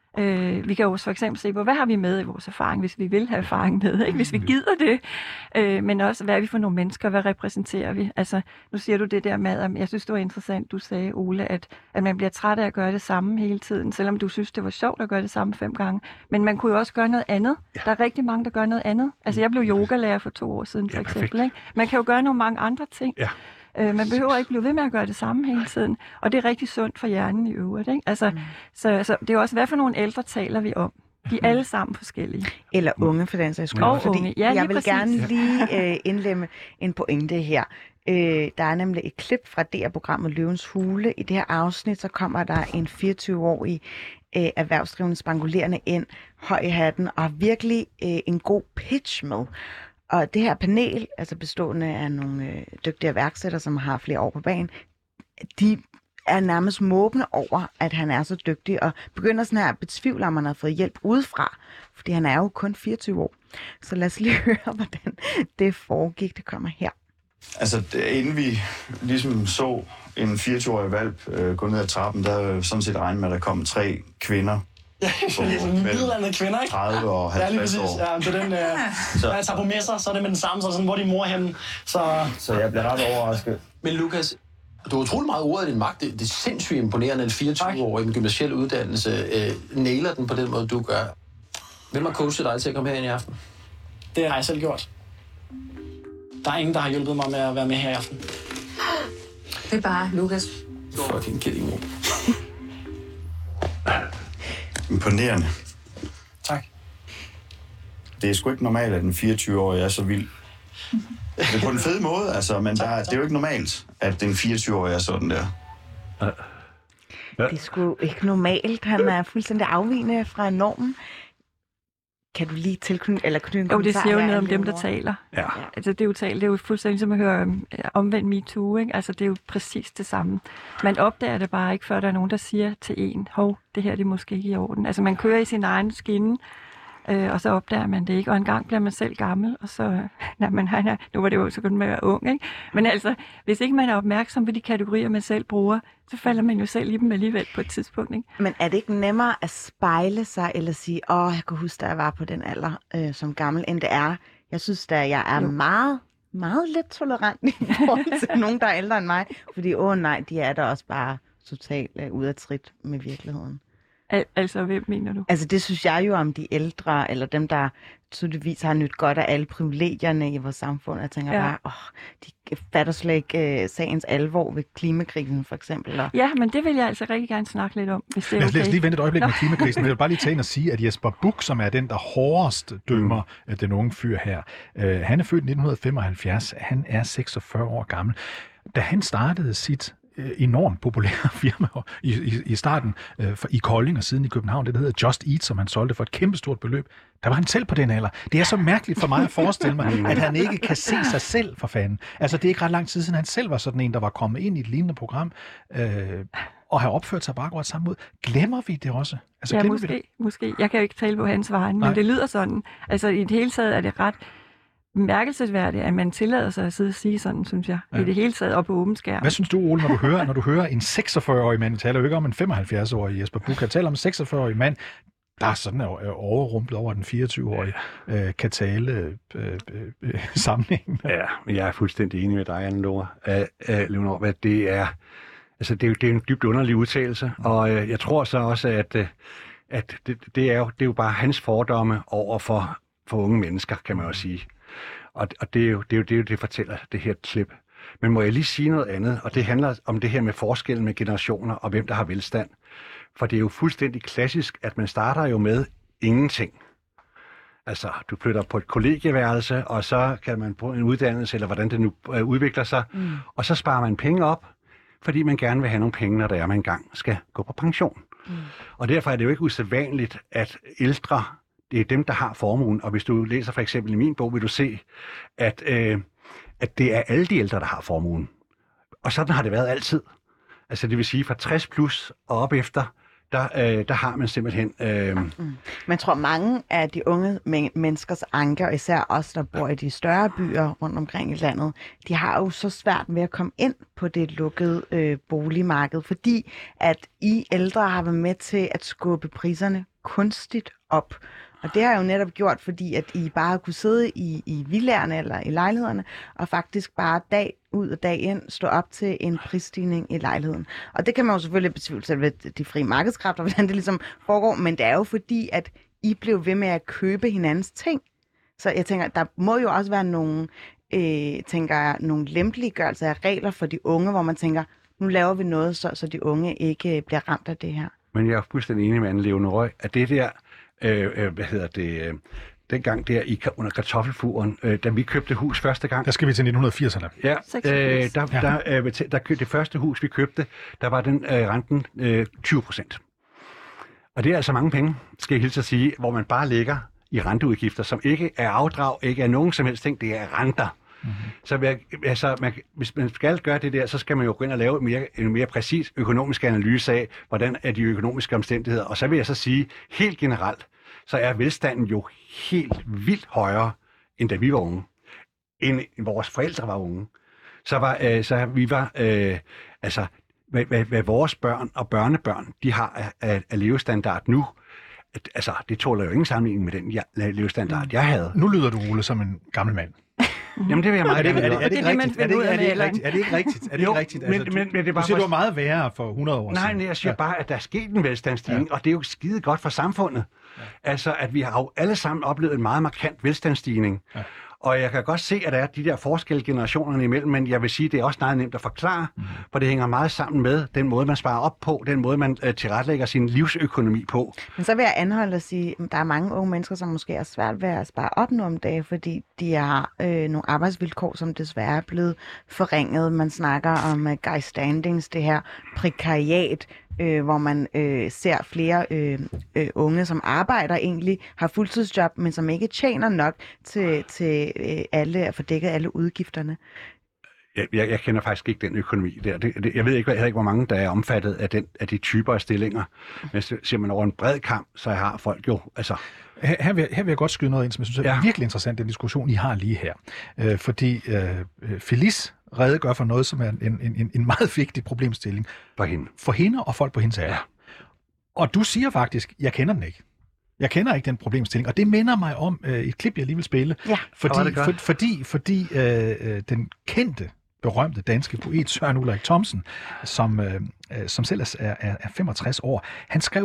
Vi kan jo for eksempel se på, hvad har vi med i vores erfaring, hvis vi vil have erfaring med, ikke? Hvis vi gider det. Men også, hvad er vi for nogle mennesker, hvad repræsenterer vi? Altså, nu siger du det der med, jeg synes, det var interessant, du sagde, Ole, at man bliver træt af at gøre det samme hele tiden, selvom du synes, det var sjovt at gøre det samme 5 gange. Men man kunne jo også gøre noget andet. Ja. Der er rigtig mange, der gør noget andet. Altså, jeg blev yogalærer for 2 år siden, for eksempel. Ikke? Man kan jo gøre nogle mange andre ting. Ja. Man behøver ikke blive ved med at gøre det samme hele tiden. Og det er rigtig sundt for hjernen i øvrigt. Ikke? Altså, så det er også, hvad for nogle ældre taler vi om? De er alle sammen forskellige. Eller unge, for den sags skyld. Og unge. Ja, jeg vil præcis gerne lige indlemme en pointe her. Der er nemlig et klip fra DR-programmet Løvens Hule. I det her afsnit, så kommer der en 24-årig erhvervsdrivende spangulerende ind, høj i hatten, og har virkelig en god pitch med. Og det her panel, altså bestående af nogle dygtige iværksættere, som har flere år på banen, de er nærmest måbende over, at han er så dygtig, og begynder sådan her at betvivle, om han har fået hjælp udefra, fordi han er jo kun 24 år. Så lad os lige høre, hvordan det foregik. Det kommer her. Altså, inden vi ligesom så en 24-årig valp gå ned ad trappen, der sådan set regnet med, at der kom 3 kvinder. Ja, middelaldrende kvinder, ikke? 30 og 50 år. Ja, det er den, når jeg tager på messer, så er det med den samme, så sådan, hvor de mor henne. Så jeg bliver ret overrasket. Men Lukas, du har utrolig meget ordet i din magt. Det er sindssygt imponerende, at 24-årig med gymnasiel uddannelse nailer den på den måde, du gør. Hvem har coachet dig til at komme herind i aften? Det har jeg selv gjort. Der er ingen, der har hjulpet mig med at være med her i aften. Det er bare Lukas. Fucking kidding me. Imponerende. Tak. Det er sgu ikke normalt, at en 24-årig er så vild. Det er på en fed måde, altså, men det er jo ikke normalt, at den 24-årig er sådan der. Det er sgu ikke normalt. Han er fuldstændig afvigende fra normen. Kan du lige tilknytte en kommentar? Jo, det siger jo noget om dem, der taler. Ja. Altså, det er jo fuldstændig som at høre omvendt MeToo, ikke? Altså, det er jo præcis det samme. Man opdager det bare ikke, før der er nogen, der siger til en, hov, det her det er måske ikke i orden. Altså, man kører i sin egen skinne, og så opdager man det ikke. Og en gang bliver man selv gammel, og så... nu var det jo så godt med at være ung, ikke? Men altså, hvis ikke man er opmærksom på de kategorier, man selv bruger, så falder man jo selv i dem alligevel på et tidspunkt, ikke? Men er det ikke nemmere at spejle sig, eller sige, jeg kan huske, da jeg var på den alder som gammel, end det er? Jeg synes da, jeg er meget, meget lidt tolerant i forhold til nogen, der er ældre end mig. Fordi, nej, de er da også bare totalt ude af trit med virkeligheden. Altså, hvem mener du? Altså, det synes jeg jo om de ældre, eller dem, der tydeligvis har nyt godt af alle privilegierne i vores samfund. Jeg tænker bare, de fatter slet ikke sagens alvor ved klimakrisen, for eksempel. Og... Ja, men det vil jeg altså rigtig gerne snakke lidt om, hvis det er okay. Lad os lige vente et øjeblik med klimakrisen. Jeg vil bare lige tage ind og sige, at Jesper Buch, som er den, der hårdest dømmer den unge fyr her, han er født i 1975. Han er 46 år gammel. Da han startede sit enormt populære firma i starten i Kolding og siden i København, det der hedder Just Eat, som han solgte for et kæmpestort beløb. Der var han selv på den alder. Det er så mærkeligt for mig at forestille mig, at han ikke kan se sig selv for fanden. Altså, det er ikke ret lang tid siden, han selv var sådan en, der var kommet ind i et lignende program, og har opført sig på akkurat samme måde. Glemmer vi det også? Altså, ja, måske. Jeg kan jo ikke tale på hans vegne, men det lyder sådan. Altså, i det hele taget er det ret bemærkelsesværdigt, at man tillader sig at sidde og sige sådan, synes jeg, i det hele taget op på åben skærm. Hvad synes du, Ole, når du hører en 46-årig mand, taler jo ikke om en 75-årig Jesper Buch, kan tale om en 46-årig mand, der er sådan overrumplet over, den 24-årige kan tale sammenhængen. Ja, men jeg er fuldstændig enig med dig, Leonor, hvad det er. Altså, det er en dybt underlig udtalelse, og jeg tror så også, at det er jo bare hans fordomme over for unge mennesker, kan man jo sige. Og det er jo det fortæller det her klip. Men må jeg lige sige noget andet, og det handler om det her med forskellen med generationer og hvem der har velstand. For det er jo fuldstændig klassisk, at man starter jo med ingenting. Altså, du flytter på et kollegieværelse, og så kan man få en uddannelse, eller hvordan det nu udvikler sig, og så sparer man penge op, fordi man gerne vil have nogle penge, når man engang skal gå på pension. Og derfor er det jo ikke usædvanligt, at ældre, det er dem, der har formuen, og hvis du læser for eksempel i min bog, vil du se, at det er alle de ældre, der har formuen. Og sådan har det været altid. Altså det vil sige, fra 60 plus og op efter, der har man simpelthen... Man tror, mange af de unge menneskers anker, især os, der bor i de større byer rundt omkring i landet, de har jo så svært ved at komme ind på det lukkede boligmarked, fordi at I ældre har været med til at skubbe priserne kunstigt op. Og det har jeg jo netop gjort, fordi at I bare kunne sidde i villerne eller i lejlighederne, og faktisk bare dag ud og dag ind stå op til en prisstigning i lejligheden. Og det kan man jo selvfølgelig betvivle selv ved de frie markedskræfter, hvordan det ligesom foregår, men det er jo fordi, at I blev ved med at købe hinandens ting. Så jeg tænker, der må jo også være nogle lempeliggørelser af regler for de unge, hvor man tænker, nu laver vi noget, så de unge ikke bliver ramt af det her. Men jeg er fuldstændig enig med Anne Leonor, at det der, dengang der under kartoffelfuren, da vi købte hus første gang. Der skal vi til 1980'erne. Ja, der købte det første hus, vi købte, der var den renten 20%. Og det er altså mange penge, skal jeg hilse at sige, hvor man bare ligger i renteudgifter, som ikke er afdrag, ikke er nogen som helst ting, det er renter. Mm-hmm. Så hvis man skal gøre det der, så skal man jo gå ind og lave en mere præcis økonomisk analyse af, hvordan er de økonomiske omstændigheder. Og så vil jeg så sige, helt generelt, så er velstanden jo helt vildt højere, end da vi var unge. End vores forældre var unge. Hvad vores børn og børnebørn, de har af levestandard nu, altså, det tåler jo ingen sammenligning med den levestandard, jeg havde. Nu lyder du, Ole, som en gammel mand. Jamen, det vil jeg meget gerne høre. Er det ikke rigtigt? Men det var meget værre for 100 år siden. Nej, jeg siger bare, at der er sket en velstandsstigning, og det er jo skide godt for samfundet. Altså, at vi har jo alle sammen oplevet en meget markant velstandsstigning. Og jeg kan godt se, at der er de der forskelle generationerne imellem, men jeg vil sige, at det er også meget nemt at forklare, for det hænger meget sammen med den måde, man sparer op på, den måde, man tilrettelægger sin livsøkonomi på. Men så vil jeg anholde og sige, at der er mange unge mennesker, som måske er svært ved at spare op nu om dagen, fordi de har nogle arbejdsvilkår, som desværre er blevet forringet. Man snakker om guy standings, det her prekariat, hvor man ser flere unge, som arbejder egentlig, har fuldtidsjob, men som ikke tjener nok til alle at få dækket alle udgifterne. Jeg kender faktisk ikke den økonomi der. Jeg ved ikke, hvor mange, der er omfattet af de typer af stillinger. Men ser man over en bred kamp, så har folk jo... Altså... Her vil jeg godt skyde noget ind, som jeg synes er virkelig interessant, den diskussion, I har lige her. Fordi Felice redegør for noget, som er en meget vigtig problemstilling. For hende og folk på hendes alder. Ja. Og du siger faktisk, jeg kender den ikke. Jeg kender ikke den problemstilling, og det minder mig om et klip, jeg lige vil spille. Ja. Fordi den kendte, berømte danske poet Søren Ulrik Thomsen, som selv er 65 år, han skrev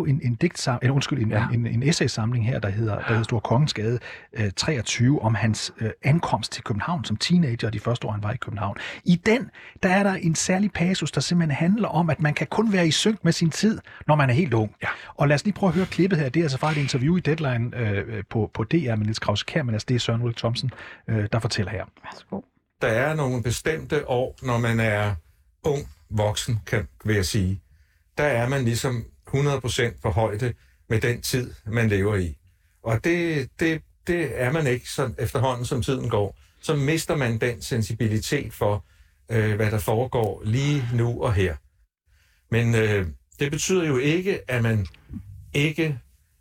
en essaysamling her, der hedder Store Kongensgade 23, om hans ankomst til København som teenager, de første år, han var i København. I den, der er der en særlig passus, der simpelthen handler om, at man kan kun være i synk med sin tid, når man er helt ung. Ja. Og lad os lige prøve at høre klippet her. Det er altså fra et interview i Deadline på DR med Niels Krause-Kjær, men altså det er Søren Ulrik Thomsen, der fortæller her. Værsgo. Der er nogle bestemte år, når man er ung voksen, vil jeg sige. Der er man ligesom 100% på højde med den tid, man lever i. Og det er man ikke sådan, efterhånden, som tiden går. Så mister man den sensibilitet for, hvad der foregår lige nu og her. Men det betyder jo ikke, at man ikke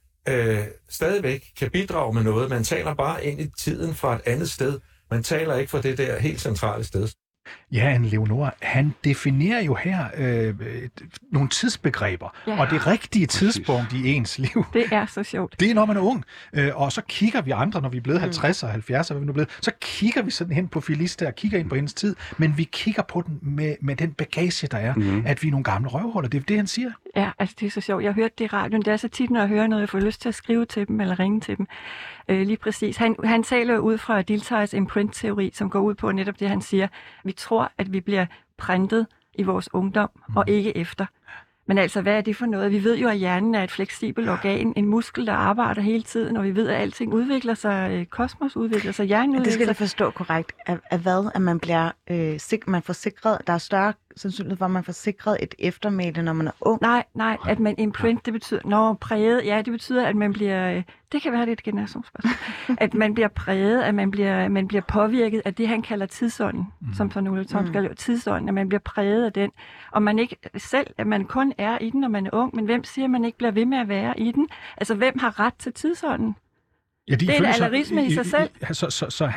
stadigvæk kan bidrage med noget. Man taler bare ind i tiden fra et andet sted. Man taler ikke fra det der helt centrale sted. Ja, Anne Leonora, han definerer jo her nogle tidsbegreber, og det rigtige tidspunkt i ens liv. Det er så sjovt. Det er, når man er ung. Og så kigger vi andre, når vi er blevet 50 og 70, og hvad vi nu er blevet, så kigger vi sådan hen på Felice der, kigger ind på hendes tid, men vi kigger på den med den bagage, der er, at vi er nogle gamle røvhuller. Det er det, han siger. Ja, altså det er så sjovt. Jeg har hørt det i radioen. Det er så tit, når jeg hører noget, jeg får lyst til at skrive til dem eller ringe til dem. Lige præcis. Han taler ud fra Dilthey's imprint-teori, som går ud på netop det, han siger. Vi tror, at vi bliver printet i vores ungdom, og ikke efter. Men altså, hvad er det for noget? Vi ved jo, at hjernen er et fleksibelt organ, en muskel, der arbejder hele tiden, og vi ved, at alting udvikler sig, kosmos udvikler sig, hjernen udvikler sig. Det skal jeg forstå korrekt. At hvad? At man bliver man får sikret, der er større sandsynlighed for, at man får sikret et eftermæle, når man er ung? Nej, at man imprint, det betyder, præget, ja, det betyder, at man bliver, det kan være det et generationsspørgsmål, at man bliver præget, at man bliver påvirket af det, han kalder tidsånden, som Søren Ulrik Thomsen kalder tidsånden, at man bliver præget af den, og man ikke selv, at man kun er i den, når man er ung, men hvem siger, at man ikke bliver ved med at være i den? Altså, hvem har ret til tidsånden? Ja, det er en allerisme i sig selv. Så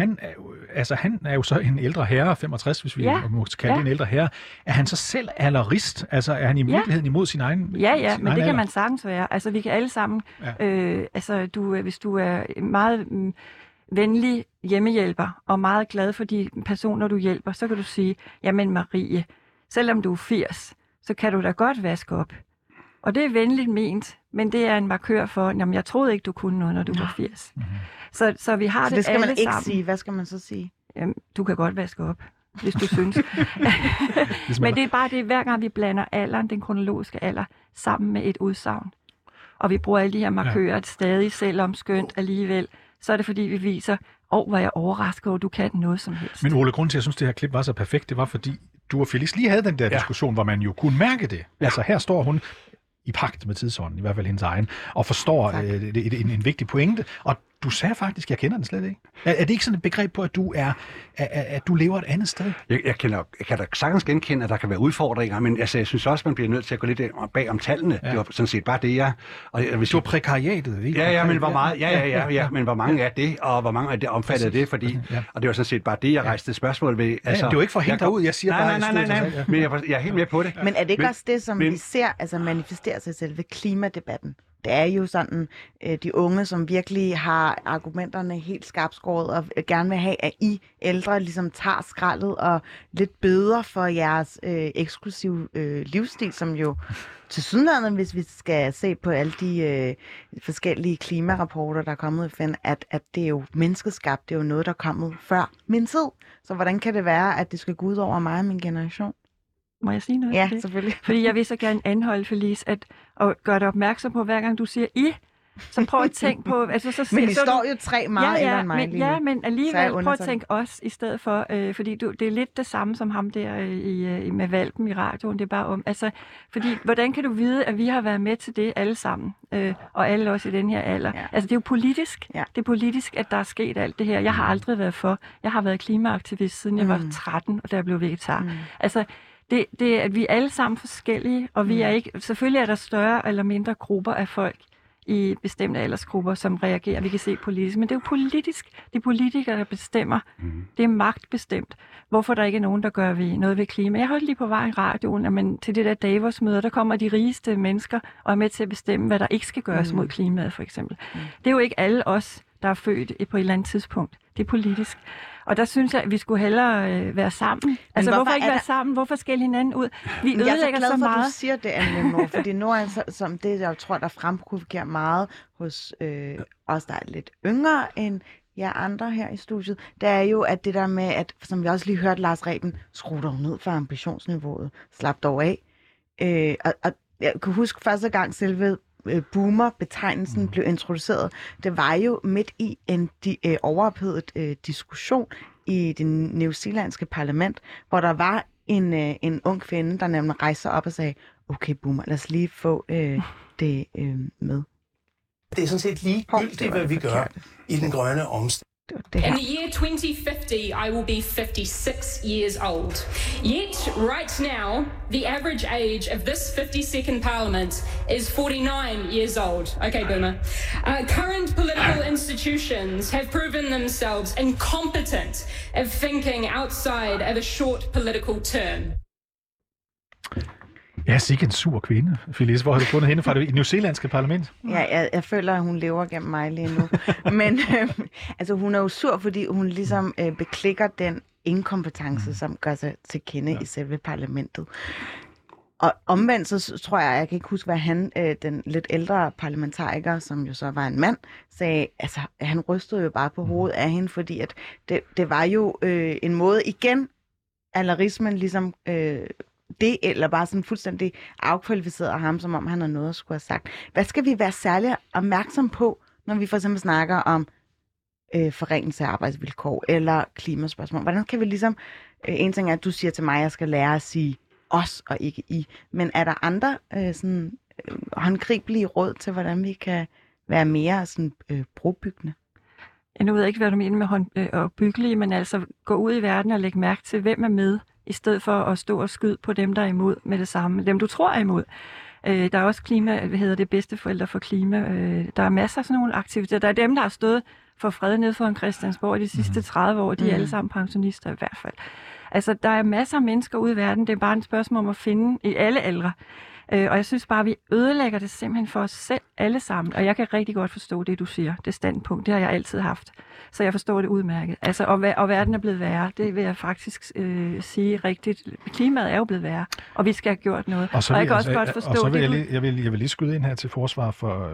han er jo så en ældre herre, 65, hvis vi må kalde det en ældre herre. Er han så selv allerist? Altså, er han i virkeligheden imod sin egen Ja, men det kan man sagtens være. Altså, vi kan alle sammen... hvis du er meget venlig hjemmehjælper, og meget glad for de personer, du hjælper, så kan du sige, jamen Marie, selvom du er 80, så kan du da godt vaske op. Og det er venligt ment, men det er en markør for, jamen jeg troede ikke, du kunne noget, når du var 80. Så vi har det skal alle man ikke sammen. sige. Hvad skal man så sige? Jamen, du kan godt vaske op, hvis du synes. Men det er bare det, hver gang vi blander alderen, den kronologiske alder, sammen med et udsagn. Og vi bruger alle de her markører stadig, selvom skønt alligevel, så er det fordi, vi viser, hvor jeg overrasker, at du kan noget som helst. Men Ole, grunden til, at jeg synes, det her klip var så perfekt, det var fordi, du og Felice lige havde den der diskussion, hvor man jo kunne mærke det. Altså her står hun i pagt med tidsånden, i hvert fald hendes egen, og forstår en vigtig pointe. Og du sagde faktisk, jeg kender den slet ikke. Er det ikke sådan et begreb på, at du lever et andet sted? Jeg kan da sagtens genkende, at der kan være udfordringer, men altså, jeg synes også, man bliver nødt til at gå lidt bag om tallene. Ja. Det var sådan set bare det, jeg... Det var prekariatet, ikke? Ja, men hvor meget, men hvor mange er det, og hvor mange er det omfattet det, fordi... Og det var sådan set bare det, jeg rejste spørgsmål ved. Altså, det var ikke for at hænge dig ud, jeg siger bare... Nej, men jeg er helt med på det. Men er det ikke også det, som vi ser manifestere sig selv ved klimadebatten? det er jo sådan, de unge, som virkelig har argumenterne helt skarpskåret og gerne vil have, at I ældre ligesom tager skraldet og lidt bøder for jeres eksklusive livsstil, som jo tilsyneladende, hvis vi skal se på alle de forskellige klimarapporter, der er kommet i FN, at det er jo menneskeskabt, det er jo noget, der er kommet før min tid. Så hvordan kan det være, at det skal gå ud over mig og min generation? Må jeg sige noget? Ja, til det? selvfølgelig. Fordi jeg vil så gerne anholde, Felice, og gøre dig opmærksom på, hver gang du siger I, så prøv at tænke på... Altså, så men I står jo 3 meget ældre end mig lige nu. Ja, men alligevel prøv at tænke os i stedet for, fordi det er lidt det samme som ham der med valpen i radioen, det er bare om... Altså, fordi hvordan kan du vide, at vi har været med til det alle sammen, og alle også i den her alder? Ja. Altså, det er jo politisk. Ja. Det er politisk, at der er sket alt det her. Jeg har aldrig været for. Jeg har været klimaaktivist, siden jeg var 13, og da jeg blev vegetar. Altså, det er, at vi er alle sammen forskellige, og vi er ikke... Selvfølgelig er der større eller mindre grupper af folk i bestemte aldersgrupper, som reagerer, vi kan se politisk. Men det er jo politisk. Det er politikere, der bestemmer. Det er magtbestemt. Hvorfor der ikke er nogen, der gør noget ved klima? Jeg hørte lige på vej i radioen, at til det der Davos-møder, der kommer de rigeste mennesker og er med til at bestemme, hvad der ikke skal gøres mod klimaet, for eksempel. Det er jo ikke alle os, der er født på et eller andet tidspunkt. Det er politisk. Og der synes jeg, at vi skulle hellere være sammen. Altså, hvorfor ikke være sammen? Hvorfor skælde hinanden ud? Vi ødelægger så meget. Jeg er så glad for, at du siger det, Anne, fordi nu er det som det, jeg tror, der fremprovokerer meget hos os, der er lidt yngre end jer andre her i studiet, det er jo, at det der med, at, som vi også lige hørte Lars Reben, skru dog ned for ambitionsniveauet. Slap dog af. Og jeg kan huske første gang selve boomer-betegnelsen blev introduceret. Det var jo midt i en overophedet diskussion i det newzealandske parlament, hvor der var en ung kvinde, der nemlig rejste sig op og sagde, okay boomer, lad os lige få det med. Det er sådan set ligegyldigt, hvad vi gør i den grønne omstilling. In the year 2050, I will be 56 years old. Yet, right now, the average age of this 52nd Parliament is 49 years old. Okay, Boomer. Current political institutions have proven themselves incompetent of thinking outside of a short political term. Ja, sikke en sur kvinde, Felice. Hvor har du fundet hende fra det newzealandske parlament? Ja, jeg føler, at hun lever gennem mig lige nu. Men altså, hun er jo sur, fordi hun ligesom beklikker den inkompetence, som gør sig til kende i selve parlamentet. Og omvendt, så tror jeg kan ikke huske, hvad han, den lidt ældre parlamentariker, som jo så var en mand, sagde, altså, han rystede jo bare på hovedet af hende, fordi at det var jo en måde igen, alarismen ligesom... det, eller bare sådan fuldstændig afkvalificeret af ham, som om han har noget at skulle have sagt. Hvad skal vi være særlig opmærksom på, når vi for eksempel snakker om forringelse af arbejdsvilkår eller klimaspørgsmål? Hvordan kan vi ligesom, en ting er, at du siger til mig, at jeg skal lære at sige os og ikke I, men er der andre sådan håndgribelige råd til, hvordan vi kan være mere sådan brobyggende? Jeg ved ikke, hvad du mener med opbyggelige, men altså gå ud i verden og lægge mærke til, hvem er med, i stedet for at stå og skyde på dem, der er imod med det samme. Dem, du tror er imod. Der er også bedsteforældre for klima. Der er masser af sådan nogle aktiviteter. Der er dem, der har stået for fred nede foran Christiansborg de sidste 30 år. De er alle sammen pensionister i hvert fald. Altså, der er masser af mennesker ude i verden. Det er bare et spørgsmål om at finde i alle aldre. Og jeg synes bare, at vi ødelægger det simpelthen for os selv alle sammen. Og jeg kan rigtig godt forstå det, du siger. Det standpunkt, det har jeg altid haft. Så jeg forstår det udmærket. Altså, og verden er blevet værre. Det vil jeg faktisk sige rigtigt. Klimaet er jo blevet værre, og vi skal have gjort noget. Og jeg kan også godt forstå det. Og så vil jeg vil lige skyde ind her til forsvar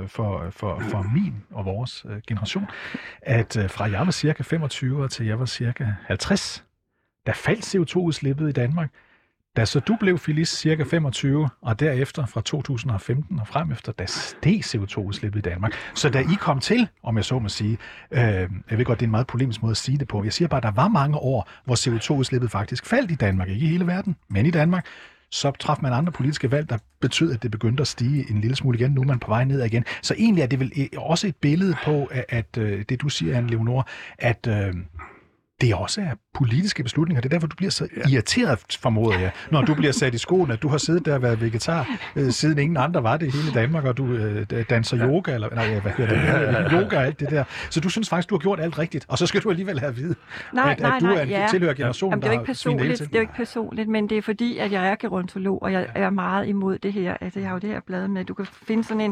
for min og vores generation, at fra jeg var cirka 25 til jeg var cirka 50, der faldt CO2-udslippet i Danmark. Da så du blev, Felice, cirka 25, og derefter fra 2015 og frem efter, der steg CO2-udslippet i Danmark. Så da I kom til, om jeg så må sige, jeg ved godt, det er en meget polemisk måde at sige det på, jeg siger bare, at der var mange år, hvor CO2-udslippet faktisk faldt i Danmark, ikke i hele verden, men i Danmark. Så traf man andre politiske valg, der betød, at det begyndte at stige en lille smule igen. Nu er man på vej ned igen. Så egentlig er det vel også et billede på, at det du siger, Anne Leonora, at... det også er politiske beslutninger. Det er derfor, du bliver så irriteret, formoder jeg, når du bliver sat i skoen, at du har siddet der og været vegetar, siden ingen andre var det i hele Danmark, og du danser yoga, eller hvad hedder det? Yoga og alt det der. Så du synes faktisk, du har gjort alt rigtigt, og så skal du alligevel have at vide, at du tilhører generationen, der har svinet hele tiden. Det er jo ikke personligt, men det er fordi, at jeg er gerontolog, og jeg er meget imod det her. Altså, jeg har jo det her blad med, du kan finde sådan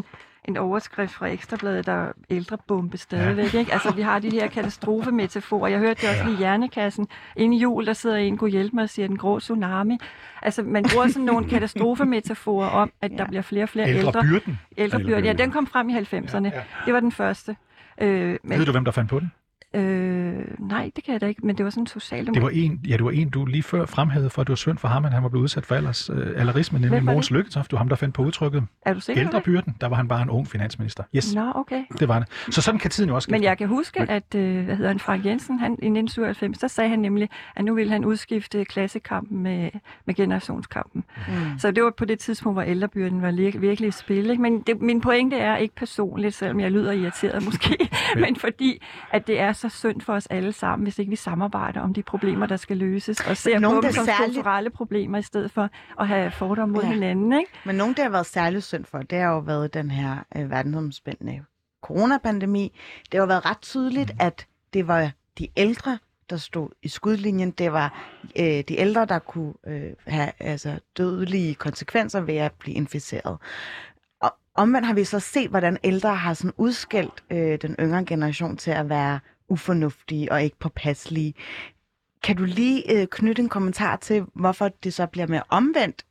en overskrift fra Ekstrabladet, der er ældrebombe stadigvæk. Ikke? Altså, vi har de her katastrofemetaforer. Jeg hørte det også i Hjernekassen. Inden jul, der sidder en, kunne hjælpe mig og siger, den grå tsunami. Altså, man bruger sådan nogle katastrofemetaforer om, at der bliver flere og flere ældre. Ældrebyrden. Ja, den kom frem i 90'erne. Det var den første. Ved du, hvem der fandt på den? Nej, det kan jeg da ikke, men det var sådan en socialdemokrat. Det var en, du lige før fremhævede for, at det var synd for ham, at han var blevet udsat for alderisme, nemlig Mogens Lykketoft. Du ham, der fandt på udtrykket. Er du sikker? Ældrebyrden. Der var han bare en ung finansminister. Yes. Nå, okay. Det var det. Så sådan kan tiden jo også skifte. Men jeg kan huske, at Frank Jensen, i 1997, der sagde han nemlig, at nu ville han udskifte klassekampen med generationskampen. Så det var på det tidspunkt, hvor ældrebyrden var virkelig i spil. Ikke? Men min pointe er ikke personligt, selvom jeg lyder irriteret måske, men fordi, at det er så synd for os alle sammen, hvis ikke vi samarbejder om de problemer, der skal løses, og ser på dem som strukturelle problemer, i stedet for at have fordomme mod hinanden. Ikke? Men nogen, der har været særligt synd for, det har jo været den her verdensomspændende coronapandemi. Det har jo været ret tydeligt, at det var de ældre, der stod i skudlinjen. Det var de ældre, der kunne have dødelige konsekvenser ved at blive inficeret. Og omvendt har vi så set, hvordan ældre har sådan udskældt den yngre generation til at være ufornuftige og ikke påpasselige. Kan du lige knytte en kommentar til, hvorfor det så bliver mere omvendt,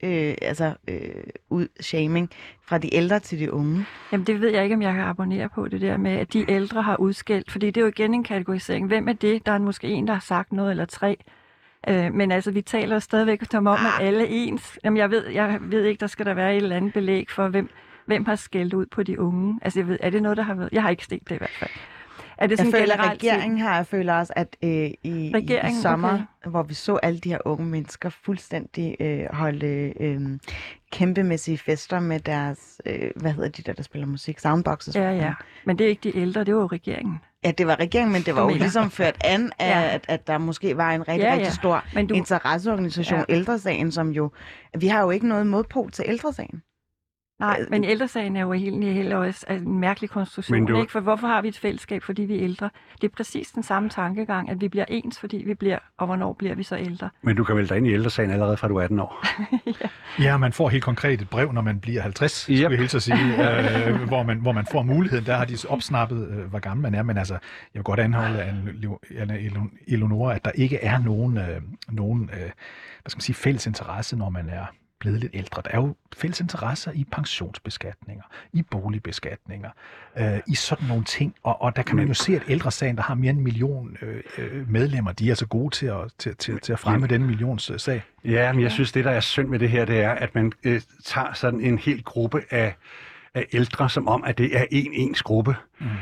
shaming fra de ældre til de unge? Jamen det ved jeg ikke, om jeg kan abonnere på det der med, at de ældre har udskældt, fordi det er jo igen en kategorisering. Hvem er det? Der er måske en, der har sagt noget eller tre. Men altså, vi taler stadigvæk om, at alle ens. Jamen jeg ved ikke, der skal der være et eller andet belæg for, hvem har skældt ud på de unge. Altså er det noget, der har været? Jeg har ikke set det i hvert fald. Er det sådan jeg føler også, at i sommer, hvor vi så alle de her unge mennesker fuldstændig holde kæmpemæssige fester med deres, hvad hedder de der spiller musik, soundboxes. Ja, men det er ikke de ældre, det var jo regeringen. Ja, det var regeringen, men det var jo ligesom ført an af, at der måske var en rigtig stor interesseorganisation, Ældresagen, som jo, vi har jo ikke noget modpol til Ældresagen. Nej, men ældresagen er jo helt også en mærkelig konstruktion, ikke? For hvorfor har vi et fællesskab, fordi vi er ældre? Det er præcis den samme tankegang, at vi bliver ens, fordi vi bliver, og hvornår bliver vi så ældre? Men du kan melde dig ind i ældresagen allerede fra du er 18 år. Ja, man får helt konkret et brev, når man bliver 50, skulle jeg helt så sige, hvor man får muligheden. Der har de opsnappet, hvor gammel man er, men altså, jeg vil godt anholde af Eleonora, at der ikke er nogen fælles interesse, når man er blevet lidt ældre. Der er jo fælles interesser i pensionsbeskatninger, i boligbeskatninger, i sådan nogle ting. Og der kan man jo se, at Ældresagen, der har mere end 1 million medlemmer, de er så gode til at fremme den millions sag. Ja, men jeg synes, det der er synd med det her, det er, at man tager sådan en hel gruppe af ældre, som om, at det er ens gruppe.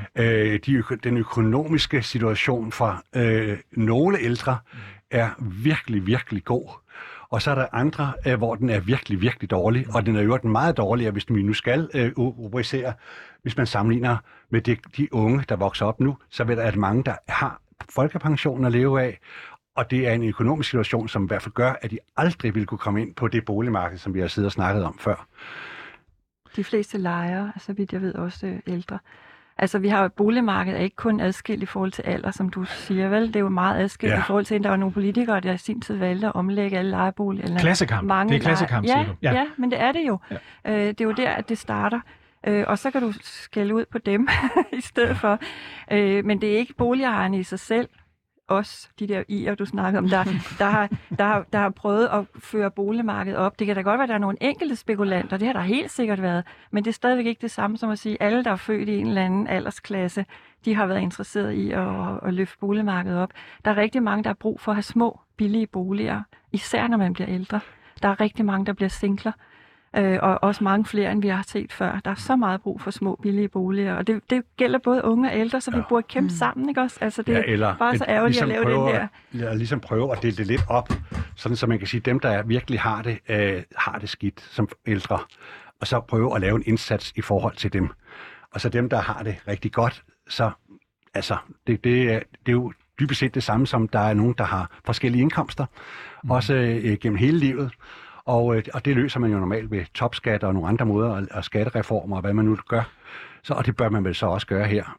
Den økonomiske situation for nogle ældre er virkelig, virkelig god. Og så er der andre, hvor den er virkelig, virkelig dårlig, og den er jo meget dårligere, hvis vi nu skal rubricere. Hvis man sammenligner med de unge, der vokser op nu, så er der mange, der har folkepension at leve af, og det er en økonomisk situation, som i hvert fald gør, at de aldrig vil kunne komme ind på det boligmarked, som vi har siddet og snakket om før. De fleste lejere, så vidt jeg ved, også ældre. Altså, vi har jo boligmarkedet er ikke kun adskilt i forhold til alder, som du siger, vel? Det er jo meget adskilt i forhold til, at der var nogle politikere, der i sin tid valgte at omlægge alle lejeboliger. Klassekamp. Det er klassekamp, siger du. Ja, men det er det jo. Ja. Det er jo der, at det starter. Og så kan du skælde ud på dem i stedet for. Men det er ikke boligejerne i sig selv. Også de der i'er, du snakker om, der har prøvet at føre boligmarkedet op. Det kan da godt være, at der er nogle enkelte spekulanter, det har der helt sikkert været, men det er stadigvæk ikke det samme som at sige, at alle, der er født i en eller anden aldersklasse, de har været interesseret i at løfte boligmarkedet op. Der er rigtig mange, der har brug for at have små, billige boliger, især når man bliver ældre. Der er rigtig mange, der bliver singler. Og også mange flere, end vi har set før. Der er så meget brug for små, billige boliger, og det gælder både unge og ældre, så vi burde kæmpe sammen, ikke også? Altså, det er bare så ærgerligt ligesom at lave den der. Ligesom prøve at dele det lidt op, sådan så man kan sige, at dem, der virkelig har det skidt som ældre, og så prøve at lave en indsats i forhold til dem. Og så dem, der har det rigtig godt, så altså, det er jo dybest set det samme, som der er nogen, der har forskellige indkomster, også gennem hele livet. Og det løser man jo normalt ved topskat og nogle andre måder, og skattereformer og hvad man nu gør. Og det bør man vel så også gøre her,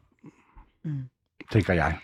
tænker jeg.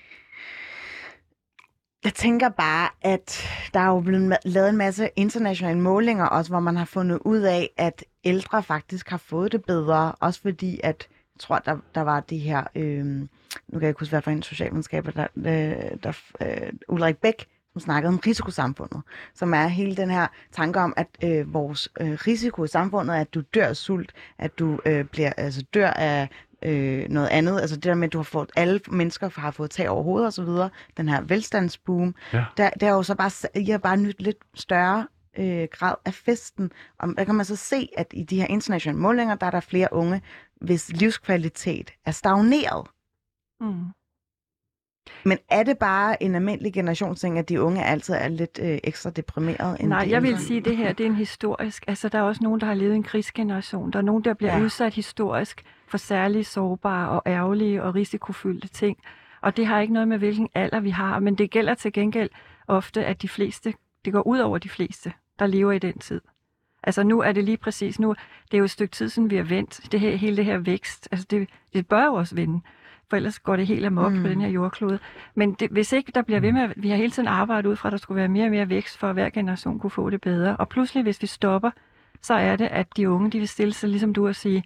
Jeg tænker bare, at der er jo blevet lavet en masse internationale målinger også, hvor man har fundet ud af, at ældre faktisk har fået det bedre, også fordi at tror, der var de her, nu kan jeg ikke huske, hvad for en socialvidenskaber, Ulrik Bæk, som snakkede om risikosamfundet, som er hele den her tanke om, at vores risiko i samfundet er, at du dør af sult, at du dør af noget andet, altså det der med, at du har fået, alle mennesker har fået tag over hovedet og så videre, den her velstandsboom, der er jo så bare nyt lidt større grad af festen. Og der kan man så se, at i de her internationale målinger, der er der flere unge, hvis livskvalitet er stagneret. Mm. Men er det bare en almindelig generationsting, at de unge altid er lidt ekstra deprimerede? Nej, jeg vil sige, at det her det er en historisk. Altså, der er også nogen, der har levet en krigsgeneration. Der er nogen, der bliver udsat historisk for særligt sårbare og ærgerlige og risikofyldte ting. Og det har ikke noget med, hvilken alder vi har. Men det gælder til gengæld ofte, at de fleste, det går ud over de fleste, der lever i den tid. Altså nu er det lige præcis nu, det er jo et stykke tid siden, vi har vendt hele det her vækst. Altså det bør jo også vende. For ellers går det helt amok på den her jordklode. Men hvis ikke der bliver ved med, vi har hele tiden arbejdet ud fra, at der skulle være mere og mere vækst, for at hver generation kunne få det bedre. Og pludselig, hvis vi stopper, så er det, at de unge, de vil stille sig ligesom du og sige,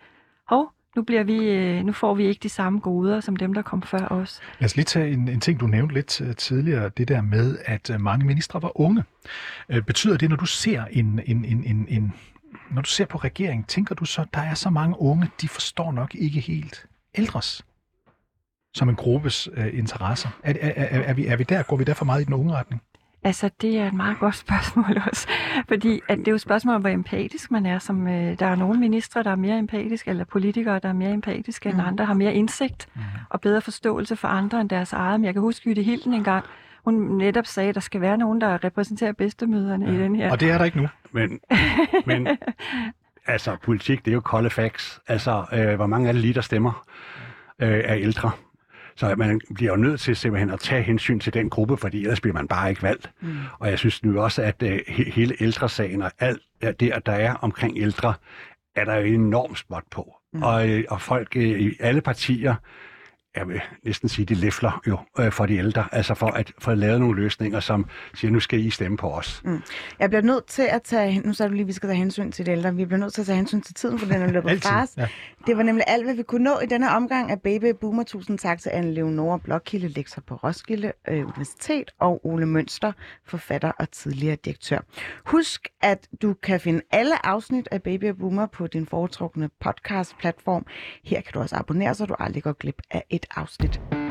nu får vi ikke de samme goder, som dem, der kom før os. Lad os lige tage en ting, du nævnte lidt tidligere, det der med, at mange ministre var unge. Betyder det, når du ser når du ser på regeringen, tænker du så, der er så mange unge, de forstår nok ikke helt ældres som en gruppes interesser? Er vi der? Går vi der for meget i den unge retning? Altså, det er et meget godt spørgsmål også. Fordi at det er jo et spørgsmål om, hvor empatisk man er. Der er nogle ministre, der er mere empatiske, eller politikere, der er mere empatiske end andre, har mere indsigt og bedre forståelse for andre end deres eget. Men jeg kan huske, Jytte Hilden engang, hun netop sagde, at der skal være nogen, der repræsenterer bedstemødrene i den her. Og det er der ikke nu. Men altså, politik, det er jo kolde facts. Altså, hvor mange af det lige, der stemmer, er ældre. Så man bliver jo nødt til simpelthen at tage hensyn til den gruppe, fordi ellers bliver man bare ikke valgt. Og jeg synes nu også, at hele ældresagen og alt det, der er omkring ældre, er der jo enormt spot på. Og folk i alle partier, jeg vil næsten sige, de lefler jo for de ældre, altså for at lave nogle løsninger, som siger, nu skal I stemme på os. Jeg bliver nødt til at tage, nu sagde du lige, vi skal tage hensyn til de ældre, vi bliver nødt til at tage hensyn til tiden, for den er løbet fra os. Ja. Det var nemlig alt, hvad vi kunne nå i denne omgang af Baby Boomer. Tusind tak til Anne Leonora Blokhilde, lektor på Roskilde Universitet, og Ole Mønster, forfatter og tidligere direktør. Husk, at du kan finde alle afsnit af Baby Boomer på din foretrukne podcast-platform. Her kan du også abonnere, så du aldrig går glip af et afsnit.